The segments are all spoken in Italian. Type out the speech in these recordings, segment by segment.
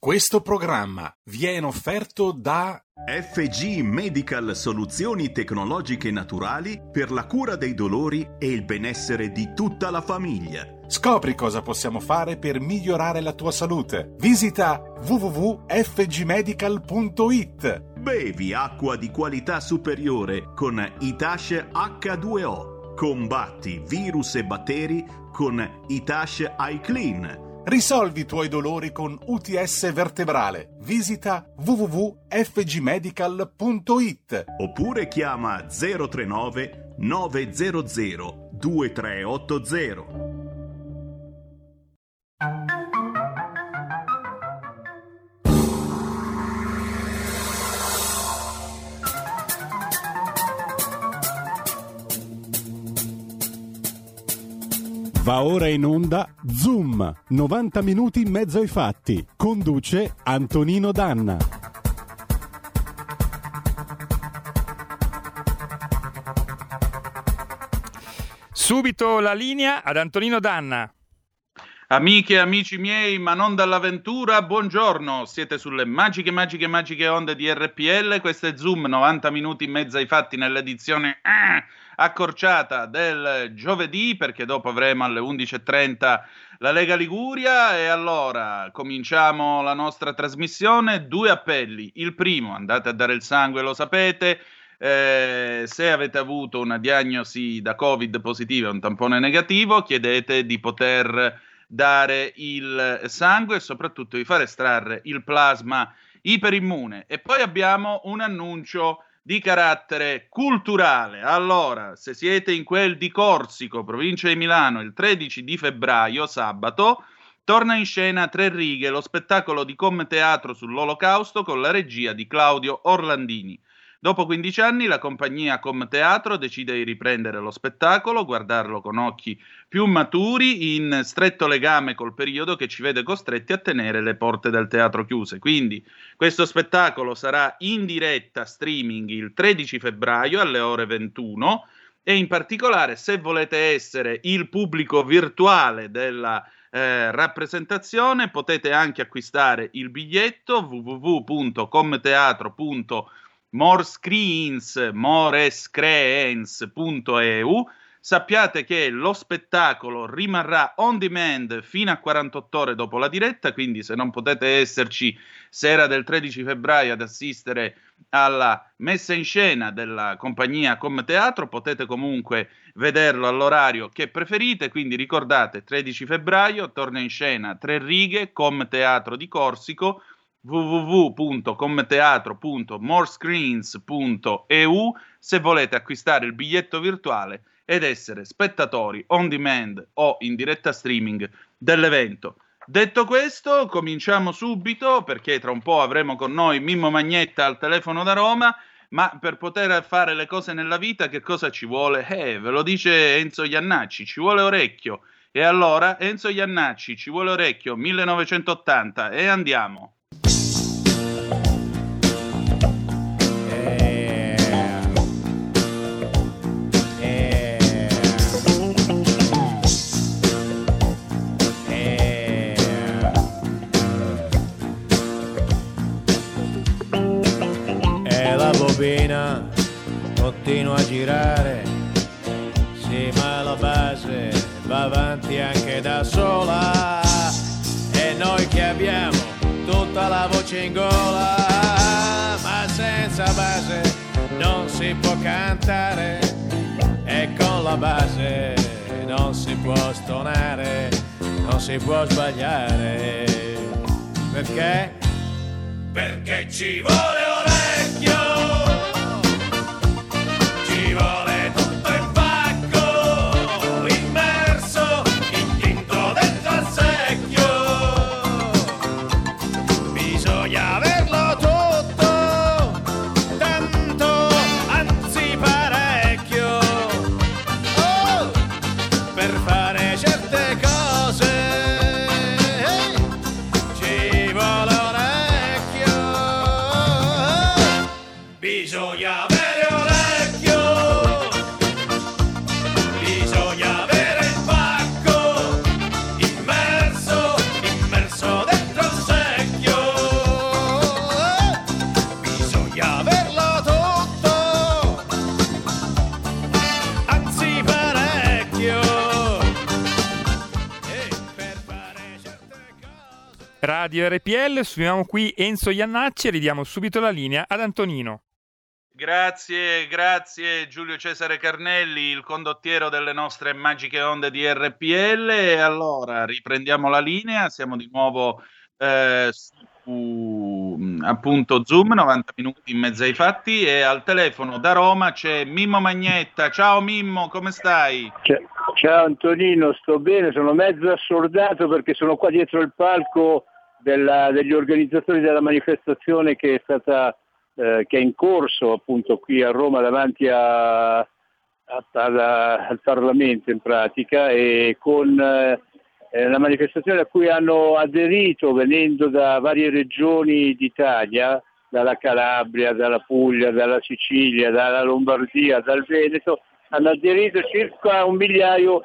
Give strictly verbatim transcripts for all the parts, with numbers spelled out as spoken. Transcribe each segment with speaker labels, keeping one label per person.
Speaker 1: Questo programma viene offerto da
Speaker 2: F G Medical Soluzioni tecnologiche naturali per la cura dei dolori e il benessere di tutta la famiglia.
Speaker 1: Scopri cosa possiamo fare per migliorare la tua salute. Visita w w w punto f g medical punto i t.
Speaker 2: Bevi acqua di qualità superiore con Itash H due O. Combatti virus e batteri con Itash iClean.
Speaker 1: Risolvi i tuoi dolori con U T S vertebrale. Visita w w w punto f g medical punto i t.
Speaker 2: Oppure chiama zero tre nove nove zero zero due tre otto zero.
Speaker 3: Va ora in onda Zoom, novanta minuti in mezzo ai fatti. Conduce Antonino Danna.
Speaker 4: Subito la linea ad Antonino Danna.
Speaker 5: Amiche e amici miei, ma non dall'avventura, buongiorno. Siete sulle magiche, magiche, magiche onde di R P L. Questo è Zoom, novanta minuti in mezzo ai fatti nell'edizione eh, accorciata del giovedì, perché dopo avremo alle undici e trenta la Lega Liguria. E allora cominciamo la nostra trasmissione. Due appelli. Il primo, andate a dare il sangue, lo sapete. Eh, se avete avuto una diagnosi da Covid positiva e un tampone negativo, chiedete di poter dare il sangue e soprattutto di far estrarre il plasma iperimmune. E poi abbiamo un annuncio di carattere culturale. Allora, se siete in quel di Corsico, provincia di Milano, il tredici di febbraio, sabato, torna in scena Tre Righe, lo spettacolo di Com Teatro sull'Olocausto con la regia di Claudio Orlandini. Dopo quindici anni la compagnia Com Teatro decide di riprendere lo spettacolo, guardarlo con occhi più maturi, in stretto legame col periodo che ci vede costretti a tenere le porte del teatro chiuse. Quindi questo spettacolo sarà in diretta streaming il tredici febbraio alle ore ventuno e in particolare, se volete essere il pubblico virtuale della eh, rappresentazione, potete anche acquistare il biglietto w w w punto com teatro punto morescreens punto e u. Sappiate che lo spettacolo rimarrà on demand fino a quarantotto ore dopo la diretta, quindi se non potete esserci sera del tredici febbraio ad assistere alla messa in scena della compagnia Com Teatro, potete comunque vederlo all'orario che preferite. Quindi ricordate, tredici febbraio torna in scena Tre Righe, Com Teatro di Corsico, w w w punto com teatro punto morescreens punto e u se volete acquistare il biglietto virtuale ed essere spettatori on demand o in diretta streaming dell'evento. Detto questo, cominciamo subito, perché tra un po' avremo con noi Mimmo Magnetta al telefono da Roma. Ma per poter fare le cose nella vita che cosa ci vuole? Eh, ve lo dice Enzo Jannacci, ci vuole orecchio. E allora Enzo Jannacci, ci vuole orecchio, millenovecentottanta, e andiamo.
Speaker 6: Continua a girare, sì, ma la base va avanti anche da sola, e noi che abbiamo tutta la voce in gola, ma senza base non si può cantare, e con la base non si può stonare, non si può sbagliare. Perché? Perché ci vuole orecchio.
Speaker 4: Radio R P L, suoniamo qui Enzo Iannacci e ridiamo subito la linea ad Antonino.
Speaker 5: Grazie, grazie Giulio Cesare Carnelli, il condottiero delle nostre magiche onde di R P L. E allora riprendiamo la linea, siamo di nuovo eh, su appunto Zoom, novanta minuti in mezzo ai fatti, e al telefono da Roma c'è Mimmo Magnetta. Ciao Mimmo, come stai?
Speaker 7: Ciao Antonino, sto bene, sono mezzo assordato perché sono qua dietro il palco della, degli organizzatori della manifestazione che è stata Eh, che è in corso appunto qui a Roma davanti a, a, alla, al Parlamento in pratica, e con eh, la manifestazione a cui hanno aderito venendo da varie regioni d'Italia, dalla Calabria, dalla Puglia, dalla Sicilia, dalla Lombardia, dal Veneto, hanno aderito circa un migliaio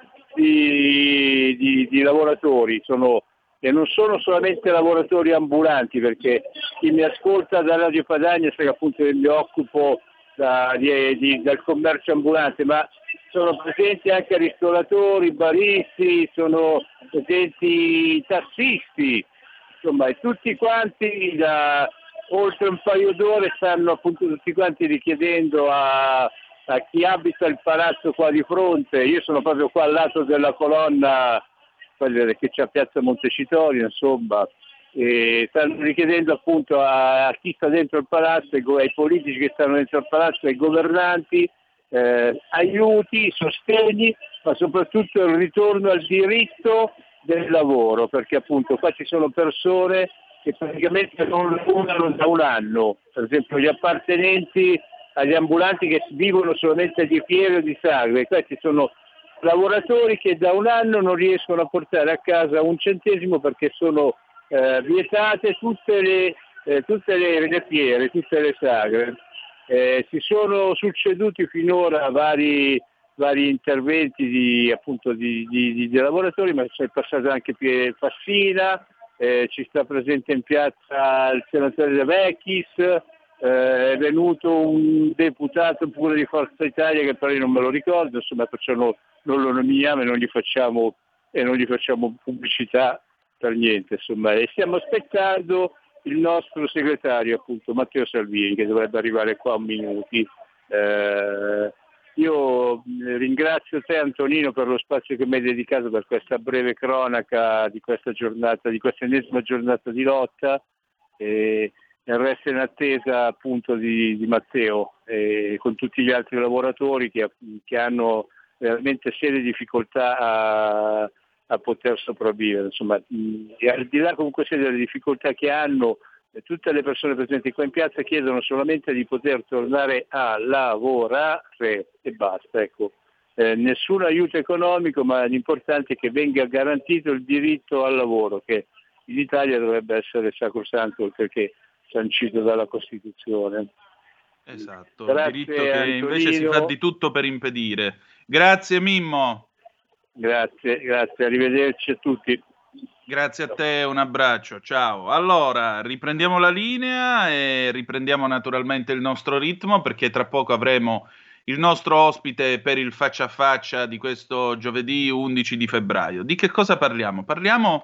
Speaker 7: di, di, di lavoratori. Sono E non sono solamente lavoratori ambulanti, perché chi mi ascolta da Radio Padania sa che appunto mi occupo da, di, di, dal commercio ambulante, ma sono presenti anche ristoratori, baristi, sono presenti tassisti, insomma, e tutti quanti da oltre un paio d'ore stanno appunto tutti quanti richiedendo a, a chi abita il palazzo qua di fronte. Io sono proprio qua al lato della colonna che c'è a Piazza Montecitorio, insomma, e stanno richiedendo appunto a, a chi sta dentro il palazzo, ai politici che stanno dentro il palazzo, ai governanti, eh, aiuti, sostegni, ma soprattutto il ritorno al diritto del lavoro, perché appunto qua ci sono persone che praticamente non lavorano da un anno, per esempio gli appartenenti agli ambulanti che vivono solamente di fiere o di sagre. Questi sono lavoratori che da un anno non riescono a portare a casa un centesimo perché sono eh, vietate tutte le, eh, tutte le, le fiere, tutte le sagre. Eh, si sono succeduti finora vari, vari interventi di, appunto, di, di, di, di lavoratori, ma c'è passato anche Pier Fassina, eh, ci sta presente in piazza il senatore De Vecchis, eh, è venuto un deputato pure di Forza Italia che però io non me lo ricordo, insomma facciano, non lo nominiamo e non gli facciamo, e non gli facciamo pubblicità per niente, insomma, e stiamo aspettando il nostro segretario appunto Matteo Salvini che dovrebbe arrivare qua a minuti. Eh, io ringrazio te Antonino per lo spazio che mi hai dedicato per questa breve cronaca di questa giornata, di questa ennesima giornata di lotta, e resto in attesa appunto di, di Matteo e con tutti gli altri lavoratori che, che hanno veramente serie difficoltà a, a poter sopravvivere. Insomma, e al di là comunque sia delle difficoltà che hanno, tutte le persone presenti qua in piazza chiedono solamente di poter tornare a lavorare e basta. Ecco. Eh, nessun aiuto economico, ma l'importante è che venga garantito il diritto al lavoro, che in Italia dovrebbe essere sacrosanto perché sancito dalla Costituzione.
Speaker 5: Esatto,
Speaker 7: Grazie,
Speaker 5: diritto che
Speaker 7: Antonino.
Speaker 5: invece si fa di tutto per impedire. Grazie Mimmo.
Speaker 7: Grazie, grazie, arrivederci a tutti.
Speaker 5: Grazie a te, un abbraccio, ciao. Allora, riprendiamo la linea e riprendiamo naturalmente il nostro ritmo, perché tra poco avremo il nostro ospite per il faccia a faccia di questo giovedì undici di febbraio. Di che cosa parliamo? Parliamo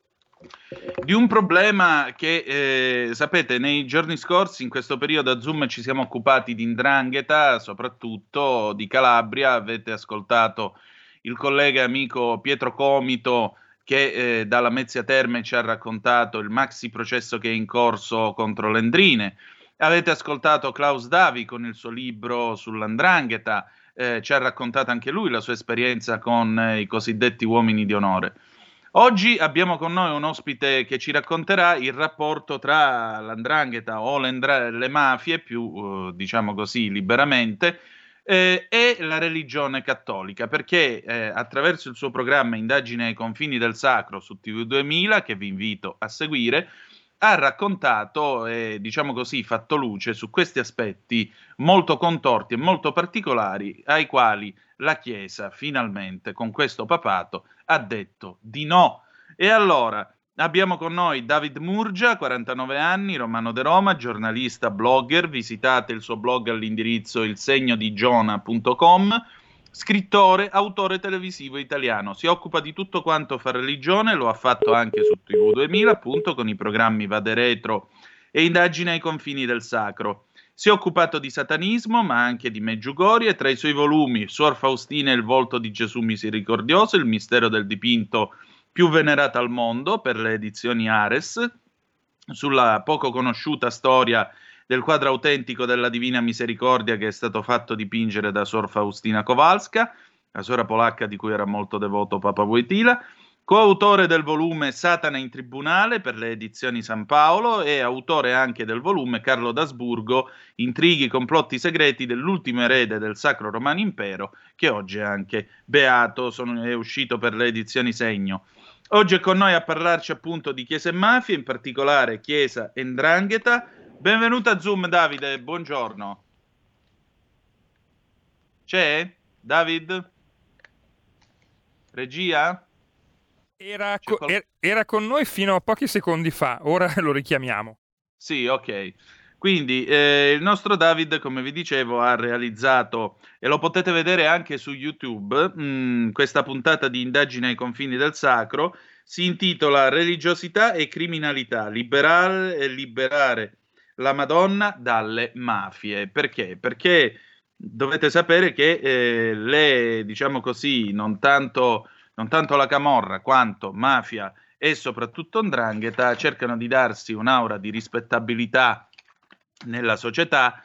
Speaker 5: di un problema che, eh, sapete, nei giorni scorsi, in questo periodo a Zoom ci siamo occupati di 'ndrangheta, soprattutto di Calabria. Avete ascoltato il collega e amico Pietro Comito che eh, dalla Mezzia Terme ci ha raccontato il maxi processo che è in corso contro l'Endrine. Avete ascoltato Klaus Davi con il suo libro sull'andrangheta, eh, ci ha raccontato anche lui la sua esperienza con eh, i cosiddetti uomini di onore. Oggi abbiamo con noi un ospite che ci racconterà il rapporto tra l'andrangheta o le mafie, più eh, diciamo così liberamente, eh, e la religione cattolica, perché eh, attraverso il suo programma Indagine ai confini del sacro su T V duemila, che vi invito a seguire, ha raccontato e diciamo così fatto luce su questi aspetti molto contorti e molto particolari ai quali la Chiesa finalmente con questo papato ha detto di no. E allora abbiamo con noi David Murgia, quarantanove anni, romano de Roma, giornalista, blogger. Visitate il suo blog all'indirizzo il segno di giona punto com. scrittore, autore televisivo italiano. Si occupa di tutto quanto fa religione, lo ha fatto anche su T V duemila, appunto, con i programmi Vade Retro e Indagine ai confini del sacro. Si è occupato di satanismo, ma anche di Meggiugorie, e tra i suoi volumi Suor Faustina e il volto di Gesù misericordioso, il mistero del dipinto più venerato al mondo, per le edizioni Ares, sulla poco conosciuta storia del quadro autentico della Divina Misericordia che è stato fatto dipingere da Suor Faustina Kowalska, la suora polacca di cui era molto devoto Papa Wojtyla, coautore del volume Satana in Tribunale per le edizioni San Paolo e autore anche del volume Carlo d'Asburgo, Intrighi, complotti segreti dell'ultimo erede del Sacro Romano Impero, che oggi è anche beato, sono, è uscito per le edizioni Segno. Oggi è con noi a parlarci appunto di Chiesa e Mafia, in particolare Chiesa e 'Ndrangheta. Benvenuto a Zoom, Davide, buongiorno. C'è? David? Regia?
Speaker 4: Era, co- qual- era con noi fino a pochi secondi fa, ora lo richiamiamo.
Speaker 5: Sì, ok. Quindi eh, il nostro David, come vi dicevo, ha realizzato, e lo potete vedere anche su YouTube, mh, questa puntata di Indagine ai confini del sacro, si intitola Religiosità e criminalità, liberare e liberare la Madonna dalle mafie. Perché? Perché dovete sapere che eh, le, diciamo così, non tanto, non tanto la camorra quanto mafia e soprattutto 'Ndrangheta cercano di darsi un'aura di rispettabilità nella società,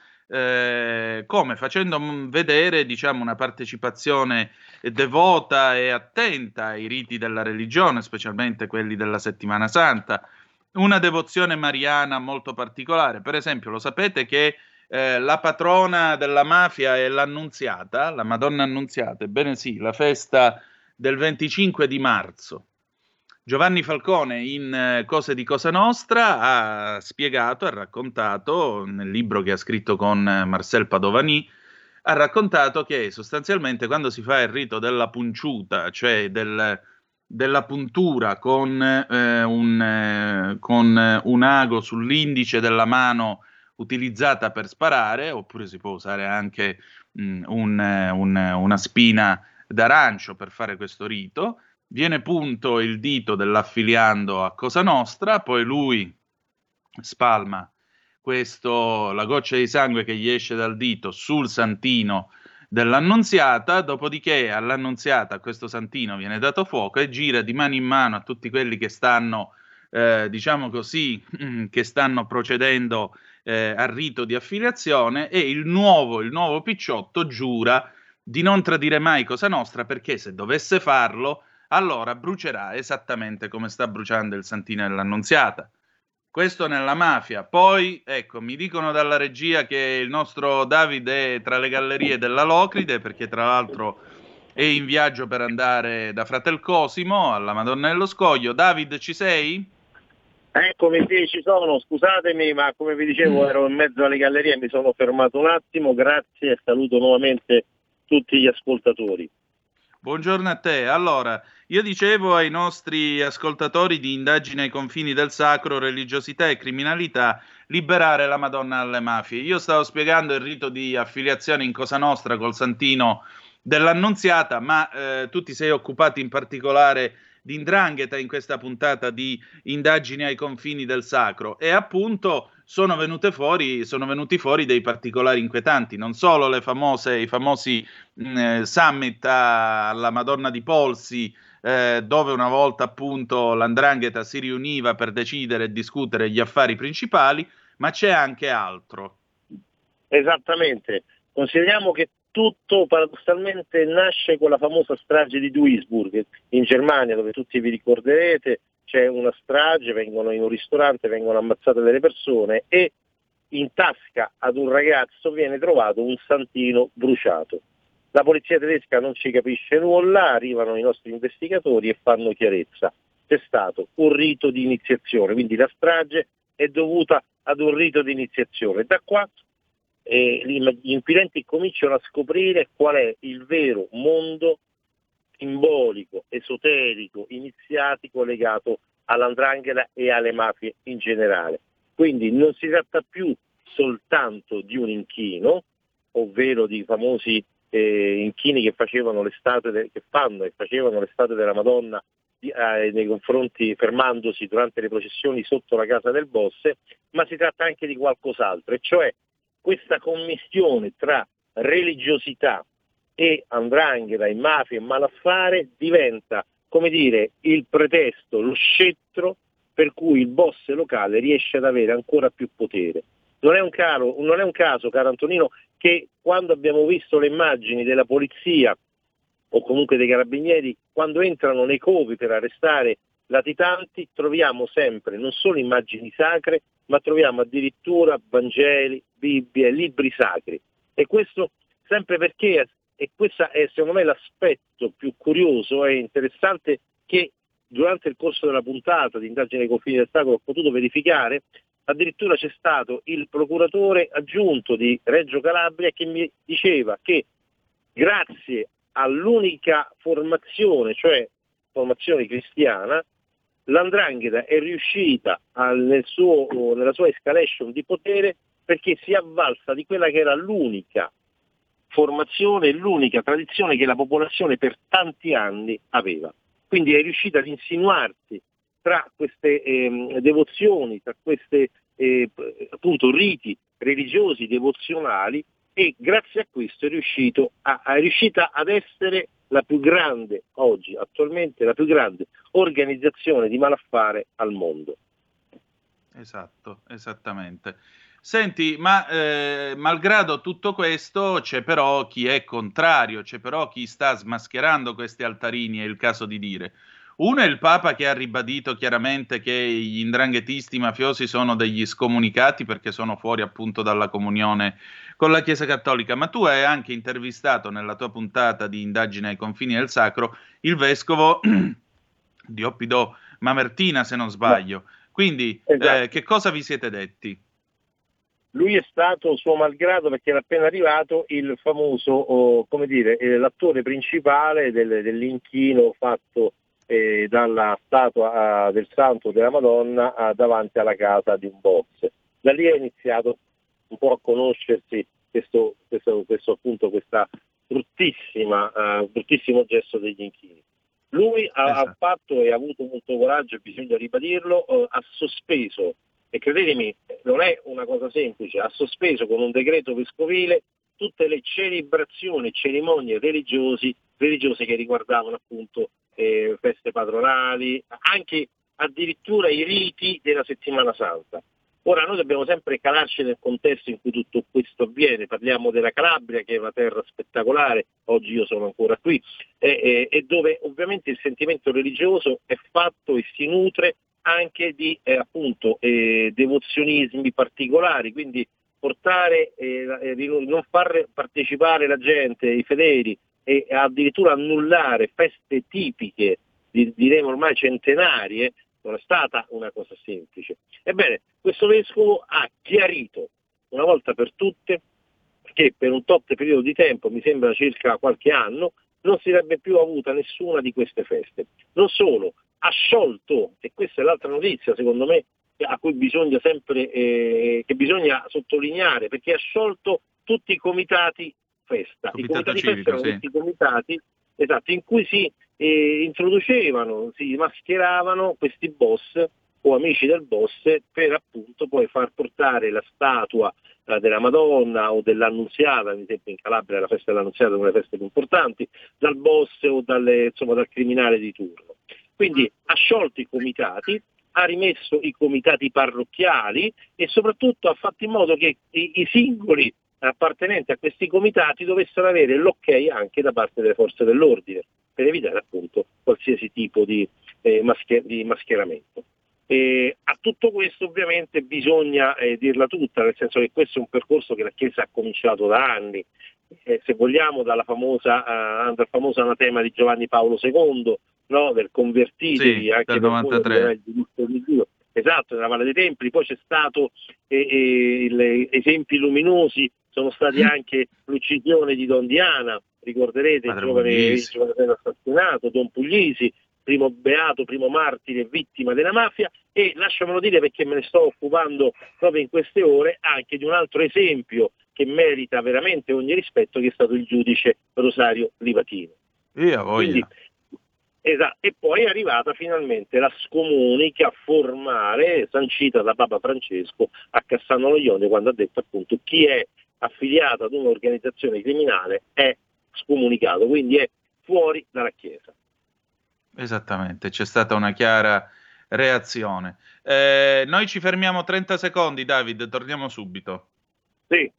Speaker 5: eh, come facendo vedere, diciamo, una partecipazione devota e attenta ai riti della religione, specialmente quelli della Settimana Santa, una devozione mariana molto particolare. Per esempio, lo sapete che eh, la patrona della mafia è l'Annunziata, la Madonna Annunziata? Ebbene sì, la festa del venticinque di marzo. Giovanni Falcone in eh, Cose di Cosa Nostra ha spiegato, ha raccontato, nel libro che ha scritto con eh, Marcel Padovani, ha raccontato che sostanzialmente quando si fa il rito della punciuta, cioè del, della puntura con, eh, un, eh, con un ago sull'indice della mano utilizzata per sparare, oppure si può usare anche mh, un, un, una spina d'arancio per fare questo rito, viene punto il dito dell'affiliando a Cosa Nostra, poi lui spalma questo, la goccia di sangue che gli esce dal dito sul santino dell'Annunziata, dopodiché all'Annunziata, a questo santino, viene dato fuoco e gira di mano in mano a tutti quelli che stanno, eh, diciamo così, che stanno procedendo eh, al rito di affiliazione, e il nuovo, il nuovo picciotto giura di non tradire mai Cosa Nostra, perché se dovesse farlo allora brucerà esattamente come sta bruciando il santino dell'Annunziata. Questo nella mafia. Poi, ecco, mi dicono dalla regia che il nostro Davide è tra le gallerie della Locride, perché tra l'altro è in viaggio per andare da Fratel Cosimo alla Madonna dello Scoglio. David, ci sei?
Speaker 8: Eccomi, sì, ci sono, scusatemi, ma come vi dicevo ero in mezzo alle gallerie, mi sono fermato un attimo, grazie e saluto nuovamente tutti gli ascoltatori.
Speaker 5: Buongiorno a te. Allora, io dicevo ai nostri ascoltatori di Indagine ai confini del sacro, religiosità e criminalità, liberare la Madonna dalle mafie. Io stavo spiegando il rito di affiliazione in Cosa Nostra col santino dell'Annunziata, ma eh, tu ti sei occupato in particolare di 'Ndrangheta in questa puntata di Indagini ai confini del sacro, e appunto sono venute fuori, sono venuti fuori dei particolari inquietanti, non solo le famose, i famosi mh, summit alla Madonna di Polsi, eh, dove una volta appunto l'Ndrangheta si riuniva per decidere e discutere gli affari principali, ma c'è anche altro.
Speaker 8: Esattamente, consideriamo che tutto paradossalmente nasce con la famosa strage di Duisburg in Germania, dove tutti vi ricorderete c'è una strage, vengono in un ristorante, vengono ammazzate delle persone e in tasca ad un ragazzo viene trovato un santino bruciato. La polizia tedesca non ci capisce nulla, arrivano i nostri investigatori e fanno chiarezza. C'è stato un rito di iniziazione, quindi la strage è dovuta ad un rito di iniziazione. Da qua eh, gli inquirenti cominciano a scoprire qual è il vero mondo simbolico, esoterico, iniziatico legato all'Ndrangheta e alle mafie in generale. Quindi non si tratta più soltanto di un inchino, ovvero di famosi eh, inchini che facevano le statue de- che fanno e facevano le statue della Madonna di, eh, nei confronti, fermandosi durante le processioni sotto la casa del Bosse, ma si tratta anche di qualcos'altro, e cioè questa commistione tra religiosità e 'ndrangheta e mafia e malaffare diventa, come dire, il pretesto, lo scettro per cui il boss locale riesce ad avere ancora più potere. Non è un, caro, non è un caso, caro Antonino, che quando abbiamo visto le immagini della polizia o comunque dei carabinieri, quando entrano nei covi per arrestare latitanti, troviamo sempre non solo immagini sacre, ma troviamo addirittura Vangeli, Bibbie, libri sacri. E questo sempre perché, e questo è secondo me l'aspetto più curioso e interessante che durante il corso della puntata di Indagine ai confini del sacro ho potuto verificare. Addirittura c'è stato il procuratore aggiunto di Reggio Calabria che mi diceva che grazie all'unica formazione, cioè formazione cristiana, l'Andrangheta è riuscita al, nel suo, nella sua escalation di potere, perché si è avvalsa di quella che era l'unica formazione, l'unica tradizione che la popolazione per tanti anni aveva. Quindi è riuscita ad insinuarsi tra queste eh, devozioni, tra questi eh, appunto riti religiosi devozionali, e grazie a questo è, riuscito a, è riuscita ad essere la più grande, oggi, attualmente, la più grande organizzazione di malaffare al mondo.
Speaker 5: Esatto, esattamente. Senti, ma eh, malgrado tutto questo c'è però chi è contrario, c'è però chi sta smascherando questi altarini, è il caso di dire. Uno è il Papa, che ha ribadito chiaramente che gli 'ndranghetisti mafiosi sono degli scomunicati perché sono fuori appunto dalla comunione con la Chiesa Cattolica, ma tu hai anche intervistato nella tua puntata di Indagine ai confini del sacro il vescovo di Oppido Mamertina, se non sbaglio. Quindi
Speaker 8: Esatto.
Speaker 5: eh, che cosa vi siete detti?
Speaker 8: Lui è stato, suo malgrado, perché era appena arrivato, il famoso, oh, come dire, eh, l'attore principale del, dell'inchino fatto eh, dalla statua eh, del Santo della Madonna eh, davanti alla casa di un boss. Da lì è iniziato un po' a conoscersi questo, questo, questo appunto, questa bruttissima, uh, bruttissimo gesto degli inchini. Lui ha,
Speaker 5: Esatto.
Speaker 8: ha fatto e ha avuto molto coraggio, bisogna ribadirlo, uh, ha sospeso, e credetemi, non è una cosa semplice, ha sospeso con un decreto vescovile tutte le celebrazioni e cerimonie religiosi, religiose che riguardavano appunto eh, feste patronali, anche addirittura i riti della Settimana Santa. Ora noi dobbiamo sempre calarci nel contesto in cui tutto questo avviene. Parliamo della Calabria, che è una terra spettacolare, oggi io sono ancora qui, e, e, e dove ovviamente il sentimento religioso è fatto e si nutre anche di eh, appunto eh, devozionismi particolari, quindi portare, eh, non far partecipare la gente, i fedeli, e addirittura annullare feste tipiche, diremo ormai centenarie, non è stata una cosa semplice. Ebbene, questo vescovo ha chiarito una volta per tutte che per un tot periodo di tempo, mi sembra circa qualche anno, non si sarebbe più avuta nessuna di queste feste. Non solo, ha sciolto, e questa è l'altra notizia secondo me a cui bisogna sempre eh, che bisogna sottolineare, perché ha sciolto tutti i comitati festa.
Speaker 5: Comitato
Speaker 8: I comitati
Speaker 5: civico,
Speaker 8: festa erano
Speaker 5: sì.
Speaker 8: tutti i comitati, esatto, in cui si eh, introducevano, si mascheravano questi boss o amici del boss per appunto poi far portare la statua eh, della Madonna o dell'Annunziata, ad esempio in Calabria la festa dell'Annunziata è una delle feste più importanti, dal boss o dalle, insomma, dal criminale di turno. Quindi ha sciolto i comitati, ha rimesso i comitati parrocchiali e soprattutto ha fatto in modo che i, i singoli appartenenti a questi comitati dovessero avere l'ok anche da parte delle forze dell'ordine per evitare appunto qualsiasi tipo di, eh, mascher- di mascheramento. E a tutto questo ovviamente bisogna eh, dirla tutta, nel senso che questo è un percorso che la Chiesa ha cominciato da anni, eh, se vogliamo dalla famosa, uh, dal famoso anatema di Giovanni Paolo secondo, no? Del convertitevi,
Speaker 5: sì,
Speaker 8: anche
Speaker 5: del novantatré.
Speaker 8: il giudizio di Dio. Esatto, nella Valle dei Templi, poi c'è stato eh, eh, il, esempi luminosi, sono stati anche l'uccisione di Don Diana, ricorderete il giovane, il giovane assassinato, Don Puglisi, primo beato, primo martire, vittima della mafia, e lasciamelo dire perché me ne sto occupando proprio in queste ore anche di un altro esempio che che merita veramente ogni rispetto, che è stato il giudice Rosario Livatino.
Speaker 5: Io voglio.
Speaker 8: Quindi, esatto, e poi è arrivata finalmente la scomunica formale sancita da Papa Francesco a Cassano lo Ionio, quando ha detto appunto chi è affiliato ad un'organizzazione criminale è scomunicato, quindi è fuori dalla Chiesa.
Speaker 5: Esattamente, c'è stata una chiara reazione. Eh, noi ci fermiamo trenta secondi, David, torniamo subito.
Speaker 8: Sì.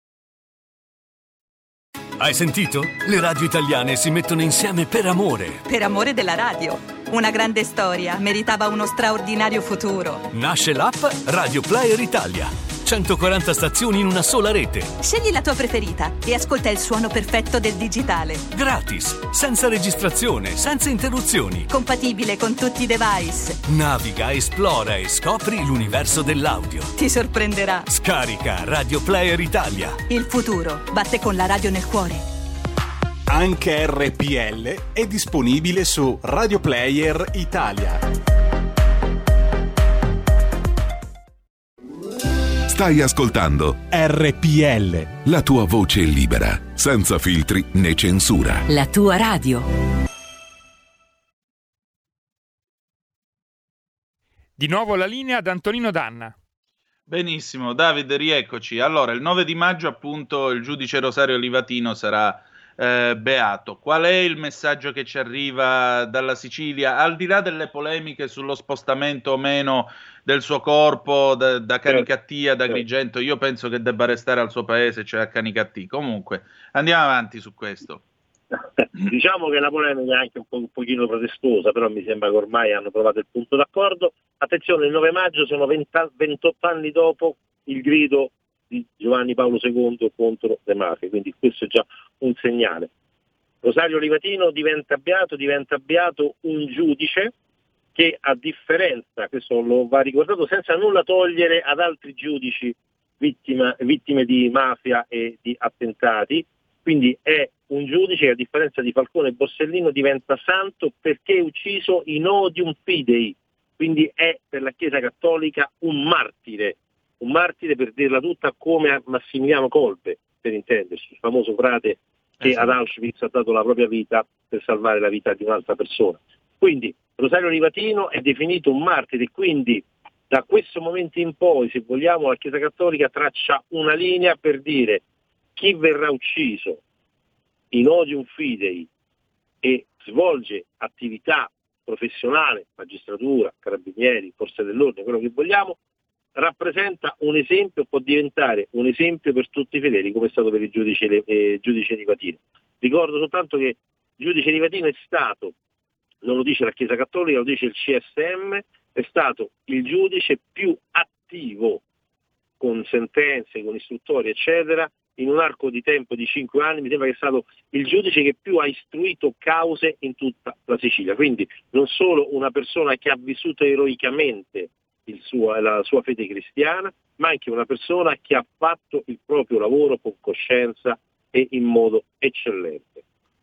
Speaker 9: Hai sentito? Le radio italiane si mettono insieme per amore.
Speaker 10: Per amore della radio. Una grande storia meritava uno straordinario futuro.
Speaker 9: Nasce l'app Radio Player Italia. centoquaranta stazioni in una sola rete.
Speaker 10: Scegli la tua preferita e ascolta il suono perfetto del digitale.
Speaker 9: Gratis, senza registrazione, senza interruzioni.
Speaker 10: Compatibile con tutti i device.
Speaker 9: Naviga, esplora e scopri l'universo dell'audio.
Speaker 10: Ti sorprenderà.
Speaker 9: Scarica Radio Player Italia.
Speaker 10: Il futuro batte con la radio nel cuore.
Speaker 1: Anche R P L è disponibile su Radio Player Italia.
Speaker 11: Stai ascoltando
Speaker 3: R P L,
Speaker 11: la tua voce libera, senza filtri né censura.
Speaker 10: La tua radio.
Speaker 4: Di nuovo la linea ad Antonino Danna.
Speaker 5: Benissimo, David, rieccoci. Allora, il nove di maggio appunto il giudice Rosario Livatino sarà eh, beato. Qual è il messaggio che ci arriva dalla Sicilia, al di là delle polemiche sullo spostamento o meno del suo corpo da, da Canicattì ad Agrigento? Io penso che debba restare al suo paese, cioè a Canicattì. Comunque, andiamo avanti su questo.
Speaker 8: Diciamo che la polemica è anche un, po', un pochino protestosa, però mi sembra che ormai hanno trovato il punto d'accordo. Attenzione, il nove maggio sono ventotto anni dopo il grido di Giovanni Paolo secondo contro le mafie, quindi questo è già un segnale. Rosario Livatino diventa beato, diventa beato un giudice che, a differenza, questo lo va ricordato senza nulla togliere ad altri giudici vittima, vittime di mafia e di attentati, quindi è un giudice che, a differenza di Falcone e Borsellino, diventa santo perché è ucciso in odium fidei, quindi è per la Chiesa Cattolica un martire, un martire, per dirla tutta, come a Massimiliano Kolbe, per intenderci, il famoso frate che ad Auschwitz ha dato la propria vita per salvare la vita di un'altra persona. Quindi Rosario Livatino è definito un martire, quindi da questo momento in poi, se vogliamo, la Chiesa Cattolica traccia una linea per dire chi verrà ucciso in odium fidei e svolge attività professionale, magistratura, carabinieri, forze dell'ordine, quello che vogliamo, rappresenta un esempio, può diventare un esempio per tutti i fedeli, come è stato per il giudice, eh, giudice Livatino. Ricordo soltanto che il giudice Livatino è stato, non lo dice la Chiesa Cattolica, lo dice il C S M, è stato il giudice più attivo, con sentenze, con istruttorie, eccetera, in un arco di tempo di cinque anni. Mi sembra che è stato il giudice che più ha istruito cause in tutta la Sicilia. Quindi non solo una persona che ha vissuto eroicamente il suo, la sua fede cristiana, ma anche una persona che ha fatto il proprio lavoro con coscienza e in modo eccellente.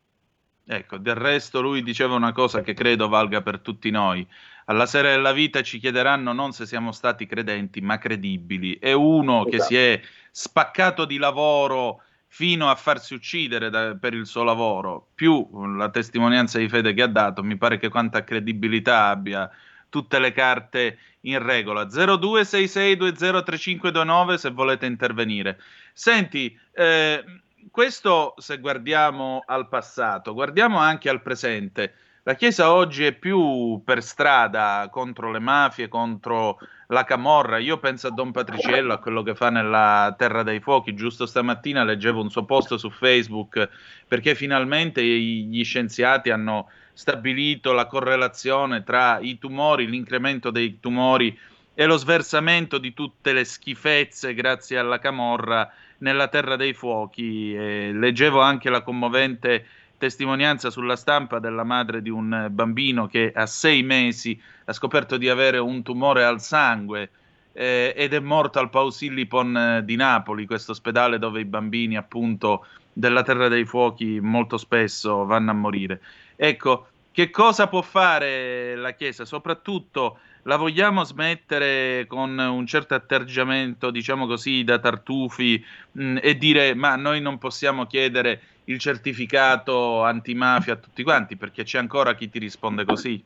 Speaker 5: Ecco, del resto lui diceva una cosa che credo valga per tutti noi: alla sera della vita ci chiederanno non se siamo stati credenti, ma credibili. È uno esatto. che si è spaccato di lavoro fino a farsi uccidere da, per il suo lavoro, più la testimonianza di fede che ha dato, mi pare che quanta credibilità abbia, tutte le carte in regola. zero due sei sei due zero tre cinque due nove se volete intervenire. Senti, eh, questo se guardiamo al passato, guardiamo anche al presente. La Chiesa oggi è più per strada contro le mafie, contro la camorra. Io penso a Don Patriciello, a quello che fa nella Terra dei Fuochi. Giusto stamattina leggevo un suo post su Facebook, perché finalmente gli scienziati hanno stabilito la correlazione tra i tumori, l'incremento dei tumori e lo sversamento di tutte le schifezze grazie alla camorra nella Terra dei Fuochi. E leggevo anche la commovente testimonianza sulla stampa della madre di un bambino che a sei mesi ha scoperto di avere un tumore al sangue eh, ed è morto al Pausilipon di Napoli, questo ospedale dove i bambini appunto della Terra dei Fuochi molto spesso vanno a morire. Ecco, che cosa può fare la Chiesa, soprattutto la vogliamo smettere con un certo atteggiamento, diciamo così, da tartufi mh, e dire ma noi non possiamo chiedere il certificato antimafia a tutti quanti, perché c'è ancora chi ti risponde così?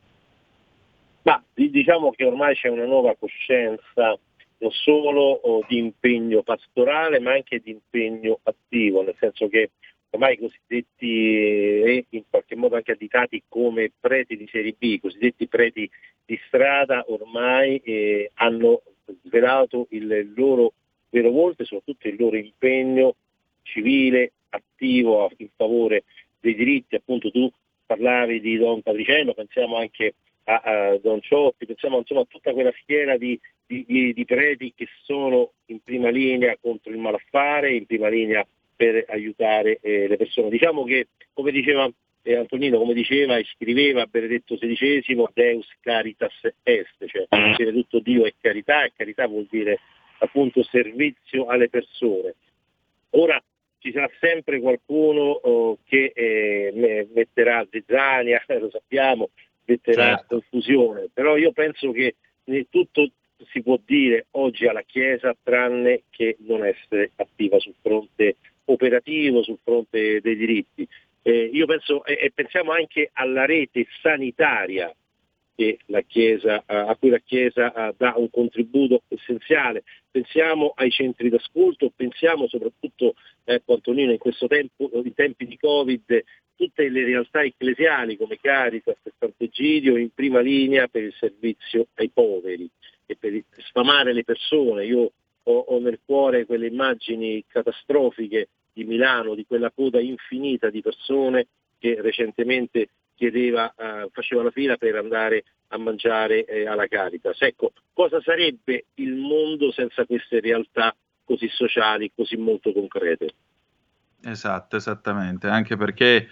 Speaker 8: Ma diciamo che ormai c'è una nuova coscienza non solo oh, di impegno pastorale ma anche di impegno attivo, nel senso che ormai i cosiddetti e in qualche modo anche additati come preti di serie B, i cosiddetti preti di strada ormai eh, hanno svelato il loro vero volto e soprattutto il loro impegno civile attivo in favore dei diritti. Appunto tu parlavi di Don Patriciello, pensiamo anche a, a Don Ciotti, pensiamo insomma a tutta quella schiera di, di, di, di preti che sono in prima linea contro il malaffare, in prima linea per aiutare eh, le persone. Diciamo che, come diceva eh, Antonino, come diceva e scriveva Benedetto sedicesimo, Deus caritas est, cioè insieme tutto Dio è carità, e carità vuol dire appunto servizio alle persone. Ora ci sarà sempre qualcuno oh, che eh, metterà zizzania, lo sappiamo, metterà certo. confusione, però io penso che tutto si può dire oggi alla Chiesa tranne che non essere attiva sul fronte operativo, sul fronte dei diritti. Eh, io penso e eh, pensiamo anche alla rete sanitaria che la Chiesa, eh, a cui la Chiesa eh, dà un contributo essenziale. Pensiamo ai centri d'ascolto, pensiamo soprattutto, ecco Antonino, in questo tempo, in tempi di Covid, tutte le realtà ecclesiali come Caritas e Sant'Egidio in prima linea per il servizio ai poveri e per sfamare le persone. Io ho, ho nel cuore quelle immagini catastrofiche di Milano, di quella coda infinita di persone che recentemente chiedeva, eh, faceva la fila per andare a mangiare eh, alla Caritas. Ecco, cosa sarebbe il mondo senza queste realtà così sociali, così molto concrete?
Speaker 5: Esatto, esattamente, anche perché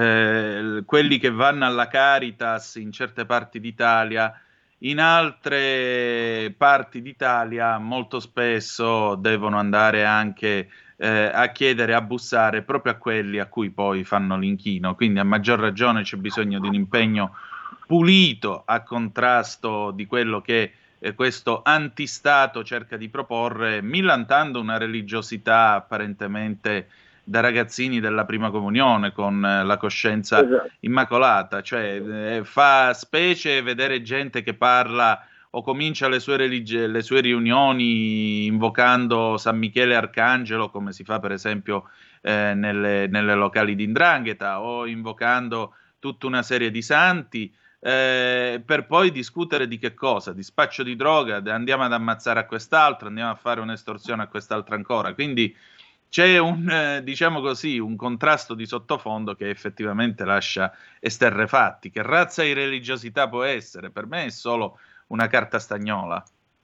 Speaker 5: eh, quelli che vanno alla Caritas in certe parti d'Italia, in altre parti d'Italia molto spesso devono andare anche eh, a chiedere, a bussare proprio a quelli a cui poi fanno l'inchino, quindi a maggior ragione c'è bisogno di un impegno pulito a contrasto di quello che eh, questo antistato cerca di proporre, millantando una religiosità apparentemente da ragazzini della prima comunione con eh, la coscienza esatto. immacolata, cioè eh, fa specie vedere gente che parla o comincia le sue, religi- le sue riunioni invocando San Michele Arcangelo, come si fa per esempio eh, nelle, nelle locali di 'ndrangheta, o invocando tutta una serie di santi, eh, per poi discutere di che cosa? Di spaccio di droga, andiamo ad ammazzare a quest'altro, andiamo a fare un'estorsione a quest'altro ancora, quindi c'è un, eh, diciamo così, un contrasto di sottofondo che effettivamente lascia esterrefatti. Che razza di religiosità può essere? Per me è solo una carta stagnola.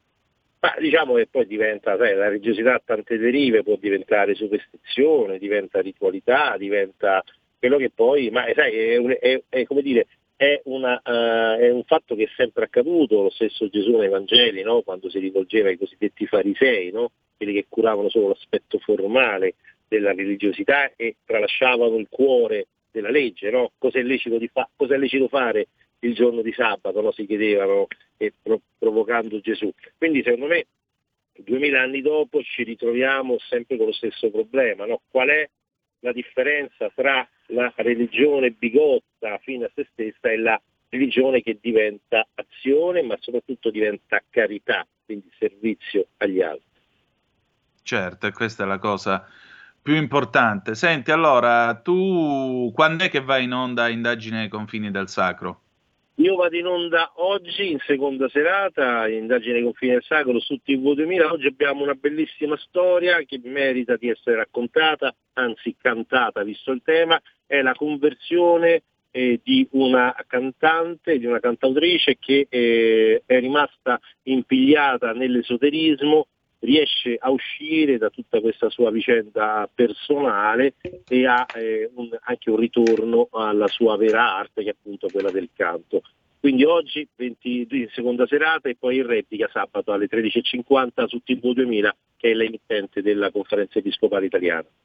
Speaker 8: Ma diciamo che poi diventa, sai, la religiosità ha tante derive, può diventare superstizione, diventa ritualità, diventa quello che poi, ma sai, è, un, è, è come dire, è, una, uh, è un fatto che è sempre accaduto, lo stesso Gesù nei Vangeli, no? Quando si rivolgeva ai cosiddetti farisei, no? Quelli che curavano solo l'aspetto formale della religiosità e tralasciavano il cuore della legge, no? Cosa è lecito, di fa- cosa è lecito fare il giorno di sabato, no? Si chiedevano, eh, pro- provocando Gesù. Quindi secondo me duemila anni dopo ci ritroviamo sempre con lo stesso problema, no? Qual è la differenza tra la religione bigotta fine a se stessa e la religione che diventa azione, ma soprattutto diventa carità, quindi servizio agli altri?
Speaker 5: Certo, e questa è la cosa più importante. Senti, allora, tu quando è che vai in onda Indagine ai confini del sacro?
Speaker 8: Io vado in onda oggi, in seconda serata, Indagine ai confini del sacro su T V duemila. Oggi abbiamo una bellissima storia che merita di essere raccontata, anzi cantata, visto il tema. È la conversione eh, di una cantante, di una cantautrice che eh, è rimasta impigliata nell'esoterismo, riesce a uscire da tutta questa sua vicenda personale e ha eh, un, anche un ritorno alla sua vera arte, che è appunto quella del canto. Quindi oggi venti, seconda serata e poi in replica sabato alle tredici e cinquanta su T V duemila, che è l'emittente della Conferenza Episcopale Italiana.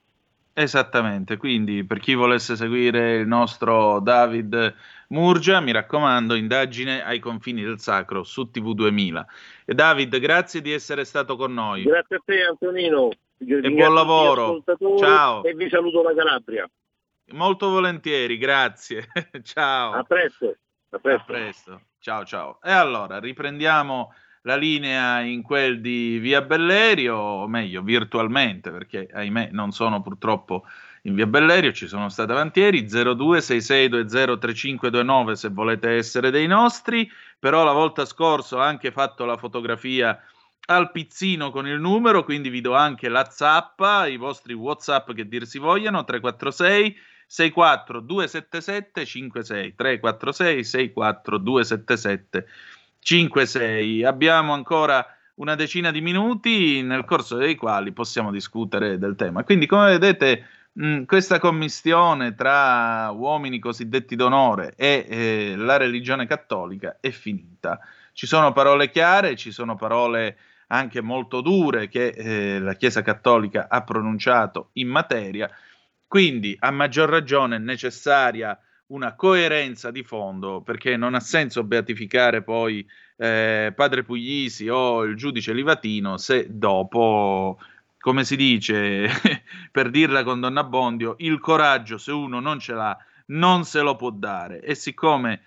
Speaker 5: Esattamente, quindi per chi volesse seguire il nostro David Murgia, mi raccomando, indagine ai confini del sacro su T V duemila. E David, grazie di essere stato con noi.
Speaker 8: Grazie a te Antonino.
Speaker 5: E buon lavoro. Ciao.
Speaker 8: E vi saluto la Calabria.
Speaker 5: Molto volentieri, grazie. Ciao.
Speaker 8: A presto. A presto.
Speaker 5: A presto. Ciao ciao. E allora, riprendiamo la linea in quel di Via Bellerio, o meglio virtualmente, perché ahimè non sono purtroppo in Via Bellerio, ci sono state avantieri. Zero due sei sei due zero tre cinque due nove se volete essere dei nostri, però la volta scorsa ho anche fatto la fotografia al pizzino con il numero, quindi vi do anche la zappa, i vostri WhatsApp che dir si vogliano, tre quattro sei sei quattro due sette sette cinque sei, tre quattro sei sei quattro due sette sette cinque sei. Abbiamo ancora una decina di minuti nel corso dei quali possiamo discutere del tema. Quindi, come vedete, mh, questa commistione tra uomini cosiddetti d'onore e eh, la religione cattolica è finita. Ci sono parole chiare, ci sono parole anche molto dure che eh, la Chiesa cattolica ha pronunciato in materia. Quindi, a maggior ragione, è necessaria una coerenza di fondo, perché non ha senso beatificare poi eh, Padre Puglisi o il giudice Livatino se dopo, come si dice, per dirla con Donna Bondio, il coraggio, se uno non ce l'ha, non se lo può dare. E siccome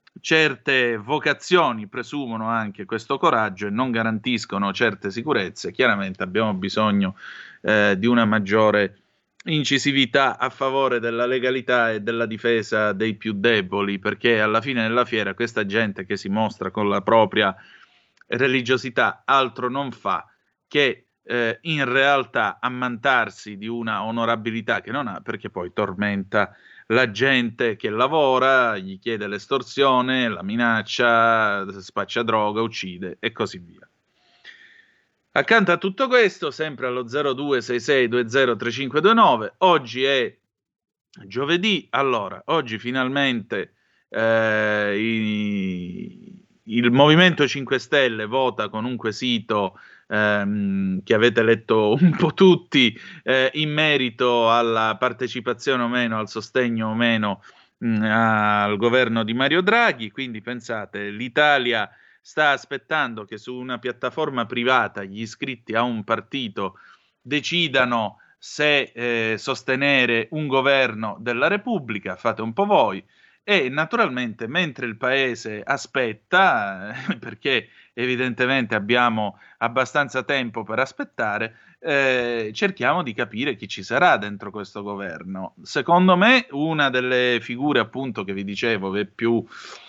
Speaker 5: certe vocazioni presumono anche questo coraggio e non garantiscono certe sicurezze, chiaramente abbiamo bisogno eh, di una maggiore incisività a favore della legalità e della difesa dei più deboli, perché alla fine della fiera questa gente che si mostra con la propria religiosità altro non fa che eh, in realtà ammantarsi di una onorabilità che non ha, perché poi tormenta la gente che lavora, gli chiede l'estorsione, la minaccia, spaccia droga, uccide e così via. Accanto a tutto questo, sempre allo zero due sei sei due zero tre cinque due nove, oggi è giovedì, allora, oggi finalmente eh, i, il Movimento cinque Stelle vota con un quesito ehm, che avete letto un po' tutti eh, in merito alla partecipazione o meno, al sostegno o meno mh, al governo di Mario Draghi. Quindi pensate, l'Italia sta aspettando che su una piattaforma privata gli iscritti a un partito decidano se eh, sostenere un governo della Repubblica, fate un po' voi, e naturalmente mentre il paese aspetta, eh, perché evidentemente abbiamo abbastanza tempo per aspettare, eh, cerchiamo di capire chi ci sarà dentro questo governo. Secondo me una delle figure appunto che vi dicevo è più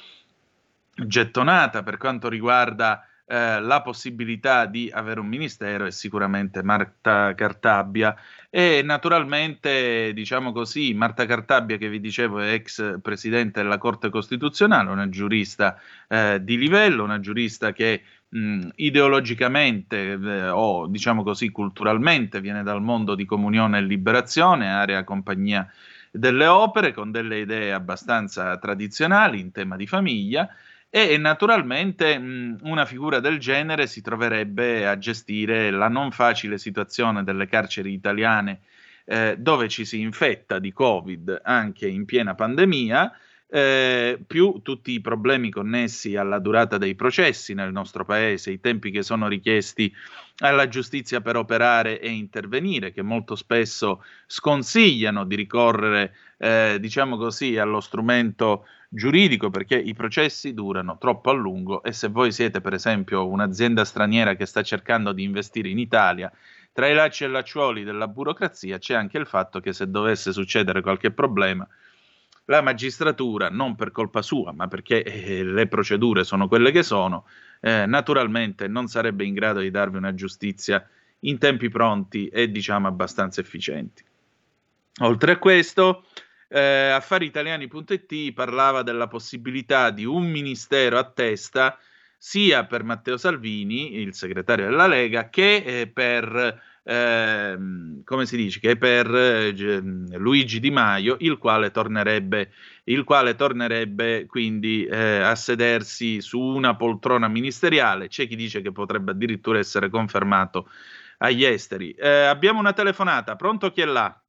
Speaker 5: gettonata per quanto riguarda eh, la possibilità di avere un ministero è sicuramente Marta Cartabia, e naturalmente, diciamo così, Marta Cartabia, che vi dicevo è ex presidente della Corte Costituzionale, una giurista eh, di livello, una giurista che mh, ideologicamente eh, o diciamo così culturalmente viene dal mondo di Comunione e Liberazione, area Compagnia delle Opere, con delle idee abbastanza tradizionali in tema di famiglia. E naturalmente mh, una figura del genere si troverebbe a gestire la non facile situazione delle carceri italiane eh, dove ci si infetta di Covid anche in piena pandemia, eh, più tutti i problemi connessi alla durata dei processi nel nostro paese, i tempi che sono richiesti alla giustizia per operare e intervenire, che molto spesso sconsigliano di ricorrere, eh, diciamo così, allo strumento giuridico, perché i processi durano troppo a lungo. E se voi siete per esempio un'azienda straniera che sta cercando di investire in Italia, tra i lacci e lacciuoli della burocrazia c'è anche il fatto che se dovesse succedere qualche problema, la magistratura, non per colpa sua ma perché eh, le procedure sono quelle che sono, eh, naturalmente non sarebbe in grado di darvi una giustizia in tempi pronti e diciamo abbastanza efficienti. Oltre a questo, Eh, affariitaliani punto it parlava della possibilità di un ministero a testa sia per Matteo Salvini, il segretario della Lega, che eh, per eh, come si dice, che per eh, Luigi Di Maio, il quale tornerebbe, il quale tornerebbe quindi eh, a sedersi su una poltrona ministeriale. C'è chi dice che potrebbe addirittura essere confermato agli esteri. Eh, abbiamo una telefonata, pronto, chi è là?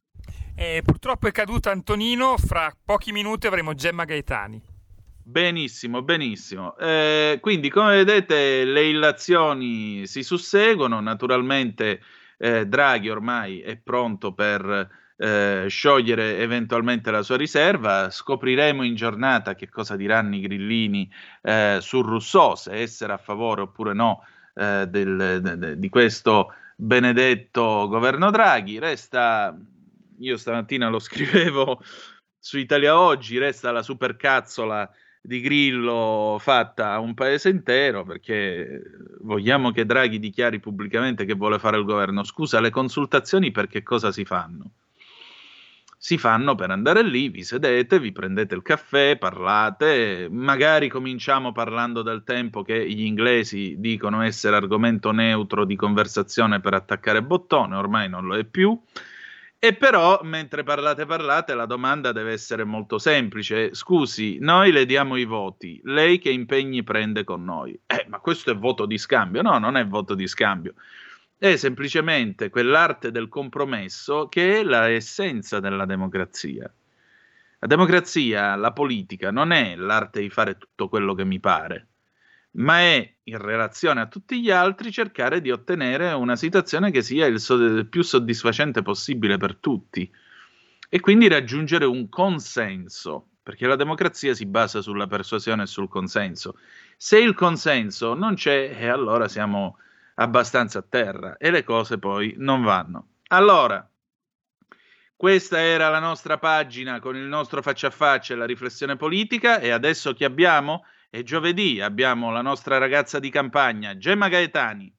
Speaker 4: Eh, purtroppo è caduto Antonino, fra pochi minuti avremo Gemma Gaetani.
Speaker 5: Benissimo, benissimo. Eh, quindi, come vedete, le illazioni si susseguono. Naturalmente eh, Draghi ormai è pronto per eh, sciogliere eventualmente la sua riserva. Scopriremo in giornata che cosa diranno i grillini eh, su Rousseau, se essere a favore oppure no eh, del, de, de, di questo benedetto governo Draghi. Resta, io stamattina lo scrivevo su Italia Oggi, resta la supercazzola di Grillo fatta a un paese intero, perché vogliamo che Draghi dichiari pubblicamente che vuole fare il governo. Scusa, le consultazioni per che cosa si fanno? Si fanno per andare lì, vi sedete, vi prendete il caffè, parlate, magari cominciamo parlando del tempo che gli inglesi dicono essere argomento neutro di conversazione per attaccare bottone, ormai non lo è più. E però, mentre parlate parlate, la domanda deve essere molto semplice. Scusi, noi le diamo i voti, lei che impegni prende con noi? Eh, ma questo è voto di scambio? No, non è voto di scambio. È semplicemente quell'arte del compromesso che è la essenza della democrazia. La democrazia, la politica, non è l'arte di fare tutto quello che mi pare, ma è, in relazione a tutti gli altri, cercare di ottenere una situazione che sia il, so- il più soddisfacente possibile per tutti e quindi raggiungere un consenso, perché la democrazia si basa sulla persuasione e sul consenso. Se il consenso non c'è, eh, allora siamo abbastanza a terra e le cose poi non vanno. Allora, questa era la nostra pagina con il nostro faccia a faccia e la riflessione politica, e adesso chi abbiamo? È giovedì, abbiamo la nostra ragazza di campagna, Gemma Gaetani.